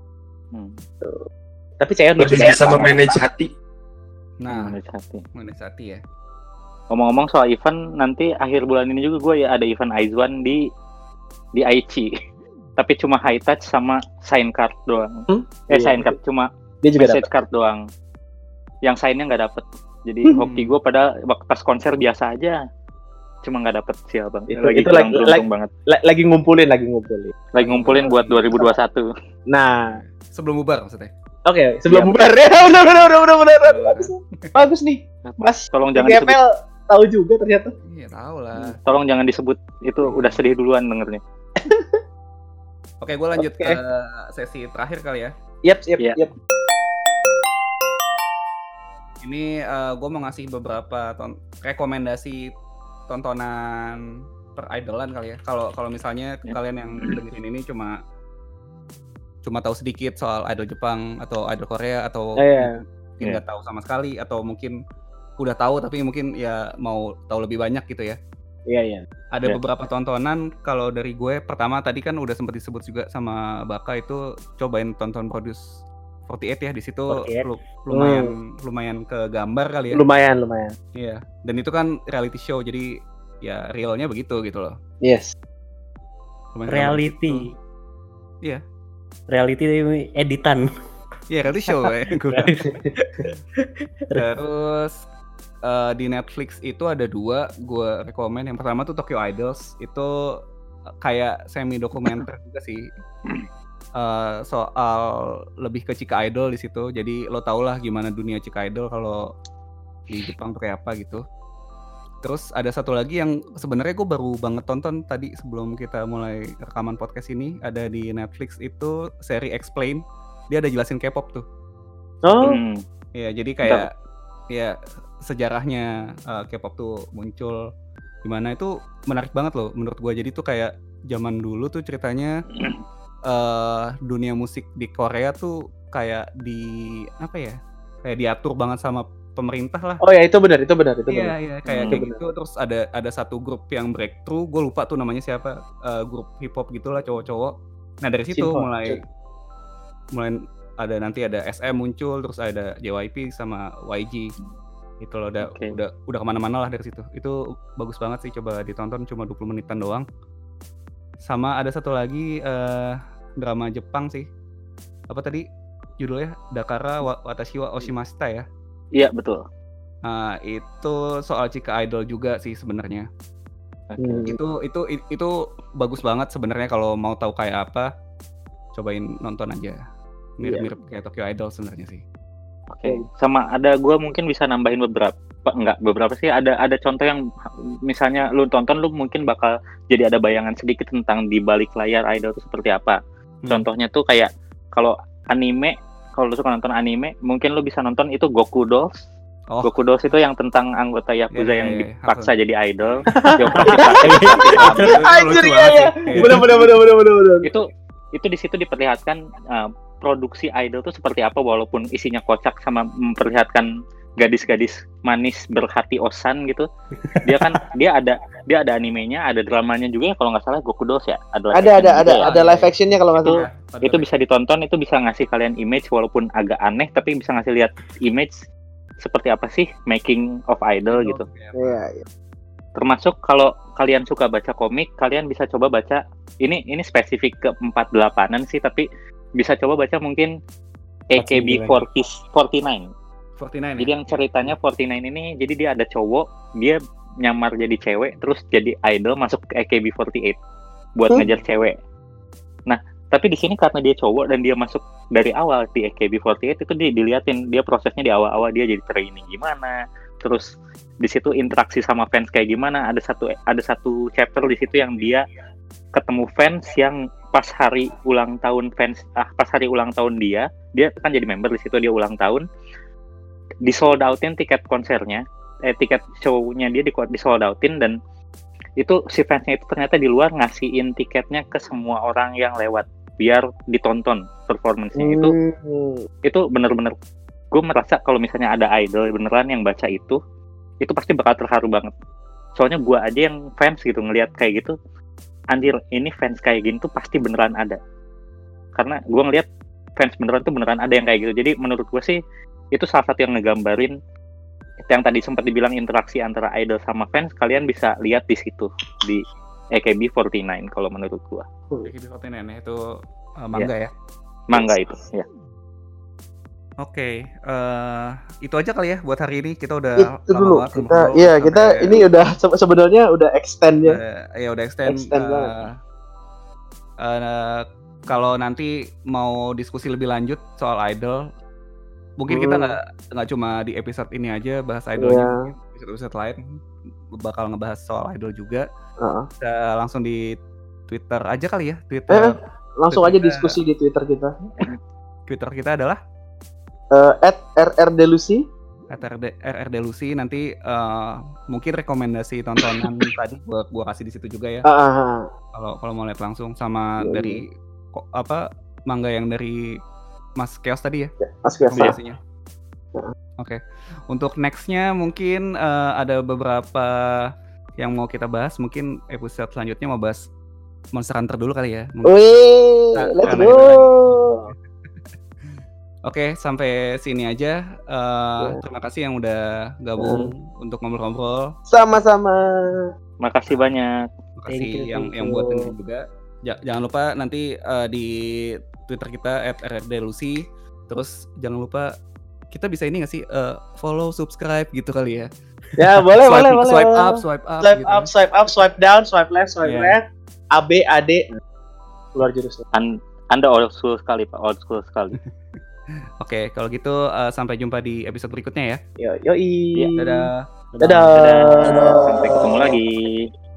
Tapi Cheon Lebih bisa memanage hati. Nah, Manage hati. manage hati ya. Ngomong-ngomong soal event, nanti akhir bulan ini juga gue ya ada event Aizwan di Aichi. Tapi cuma high touch sama sign card doang. Iya. Sign card cuma Dia juga message dapat. card doang. Yang sign-nya nggak dapet. Jadi hoki gue pada pas konser biasa aja. Cuma nggak dapet sih abang. Itu kurang beruntung banget. Lagi ngumpulin. Lagi ngumpulin buat 2021. Nah, Sebelum bubar maksudnya. oke, sebelum Iya, bubar ya benar. Bagus nih. Mas, Tolong jangan disebut. GFL tahu juga ternyata. Iya, tahu lah. Tolong jangan disebut. Itu udah sedih duluan dengernya. Oke, gue lanjut Oke. ke sesi terakhir kali ya. Iya. Yap. Ini gue mau ngasih beberapa rekomendasi tontonan peridolan kali ya. Kalau misalnya kalian yang dengerin ini cuma tahu sedikit soal idol Jepang atau idol Korea atau mungkin nggak tahu sama sekali atau mungkin udah tahu tapi mungkin ya mau tahu lebih banyak gitu ya. Iya. Ada Iya. beberapa tontonan kalau dari gue. Pertama tadi kan udah sempat disebut juga sama Baka itu cobain tonton Produce 48 ya, di situ 48. lumayan ke gambar kali ya. Lumayan. Iya. Dan itu kan reality show jadi ya realnya begitu gitu loh. Yes. Lumayan Reality. Iya. Reality editan. Iya, reality show ya. Terus di Netflix itu ada 2 gue rekomen. Yang pertama tuh Tokyo Idols. Itu kayak semi dokumenter juga sih. Soal lebih ke Chika Idol di situ. Jadi lo tau lah gimana dunia Chika Idol kalau di Jepang tuh kayak apa gitu. Terus ada satu lagi yang sebenarnya gue baru banget tonton tadi sebelum kita mulai rekaman podcast ini. Ada di Netflix itu seri Explain. Dia ada jelasin K-pop tuh. Oh, Ya jadi kayak ya sejarahnya K-pop tuh muncul gimana, itu menarik banget loh menurut gue. Jadi tuh kayak zaman dulu tuh ceritanya dunia musik di Korea tuh kayak kayak diatur banget sama pemerintah lah. oh ya itu benar. Iya kayak gitu. Terus ada satu grup yang breakthrough, gue lupa tuh namanya siapa, grup hip hop gitulah cowok-cowok. Nah dari situ Simple. mulai ada nanti ada SM muncul, terus ada JYP sama YG. Itu loh udah kemana-mana lah dari situ. Itu bagus banget sih, coba ditonton, cuma 20 menitan doang. Sama ada satu lagi drama Jepang sih. Apa tadi judulnya? Dakara Watashi wa Oshimashita ya. Iya betul. Nah, itu soal Chika Idol juga sih sebenarnya. Itu bagus banget sebenarnya. Kalau mau tahu kayak apa, cobain nonton aja. Mirip-mirip kayak Tokyo Idol sebenarnya sih. Oke. Sama ada gue mungkin bisa nambahin beberapa sih. Ada contoh yang misalnya lu tonton, lu mungkin bakal jadi ada bayangan sedikit tentang di balik layar idol itu seperti apa. Contohnya tuh kayak kalau kalau lu suka nonton anime, mungkin lu bisa nonton itu Goku Dolls. Oh. Goku Dolls itu yang tentang anggota Yakuza yang Iya. dipaksa jadi idol. Anjir ya. Bener. Itu di situ diperlihatkan produksi idol tuh seperti apa, walaupun isinya kocak sama memperlihatkan gadis-gadis manis berhati osan gitu. Dia ada animenya, ada dramanya juga ya, kalau nggak salah Goku Dolls ya. Ada live actionnya kalau nggak Itu salah. itu bisa ditonton, itu bisa ngasih kalian image walaupun agak aneh, tapi bisa ngasih lihat image seperti apa sih making of idol gitu. Iya. Termasuk kalau kalian suka baca komik, kalian bisa coba baca ini spesifik ke 48-an sih, tapi bisa coba baca mungkin AKB49. 49 Jadi ya? yang ceritanya 49 ini, jadi dia ada cowok, dia nyamar jadi cewek, terus jadi idol masuk ke AKB48 buat ngejar cewek. Nah, tapi di sini karena dia cowok dan dia masuk dari awal di AKB48 itu diliatin dia prosesnya di awal-awal, dia jadi training gimana, terus di situ interaksi sama fans kayak gimana. Ada satu chapter di situ yang dia ketemu fans yang pas hari ulang tahun dia kan jadi member di situ, dia ulang tahun, di sold outin tiket konsernya, tiket show-nya dia di sold outin, dan itu si fansnya itu ternyata di luar ngasihin tiketnya ke semua orang yang lewat biar ditonton performance-nya. Itu bener-bener gue merasa kalau misalnya ada idol beneran yang baca itu pasti bakal terharu banget. Soalnya gue aja yang fans gitu ngelihat kayak gitu, anjir ini fans kayak gini tuh pasti beneran ada. Karena gue ngelihat fans beneran tuh beneran ada yang kayak gitu. Jadi menurut gue sih itu salah satu yang ngegambarin yang tadi sempat dibilang interaksi antara idol sama fans. Kalian bisa lihat di situ di AKB49 kalau menurut gua. AKB49 ya, itu manga ya? Manga itu, ya. Oke, itu aja kali ya buat hari ini. Kita udah itu dulu. Kita ini udah sebenarnya udah extend ya. Udah extend. Kalau nanti mau diskusi lebih lanjut soal idol, mungkin kita nggak cuma di episode ini aja bahas idolnya, episode lain bakal ngebahas soal idol juga. Kita langsung di Twitter aja kali ya, langsung aja diskusi di Twitter kita. Twitter kita adalah @rrdelusi. @rrdelusi. Nanti mungkin rekomendasi tontonan tadi gua kasih di situ juga ya. Kalau mau lihat langsung sama dari manga yang dari Mas Chaos tadi ya? Mas Chaos. Oke. Untuk nextnya mungkin ada beberapa yang mau kita bahas. Mungkin episode selanjutnya mau bahas Monster Hunter dulu kali ya. Wih, let's go. Oke, sampai sini aja. Terima kasih yang udah gabung untuk ngobrol-ngobrol. Sama-sama. Makasih banyak. Makasih yang buat dengerin juga. Jangan lupa nanti di Twitter kita @rrdelusi. Terus jangan lupa kita bisa ini nggak sih follow, subscribe gitu kali ya? Ya boleh. Swipe up, swipe down, swipe left, swipe right. AB, AD, keluar jurusnya. Anda old school sekali Pak, old school sekali. Oke, kalau gitu sampai jumpa di episode berikutnya ya. Yoi. Dadah. Dadah. Sampai ketemu lagi.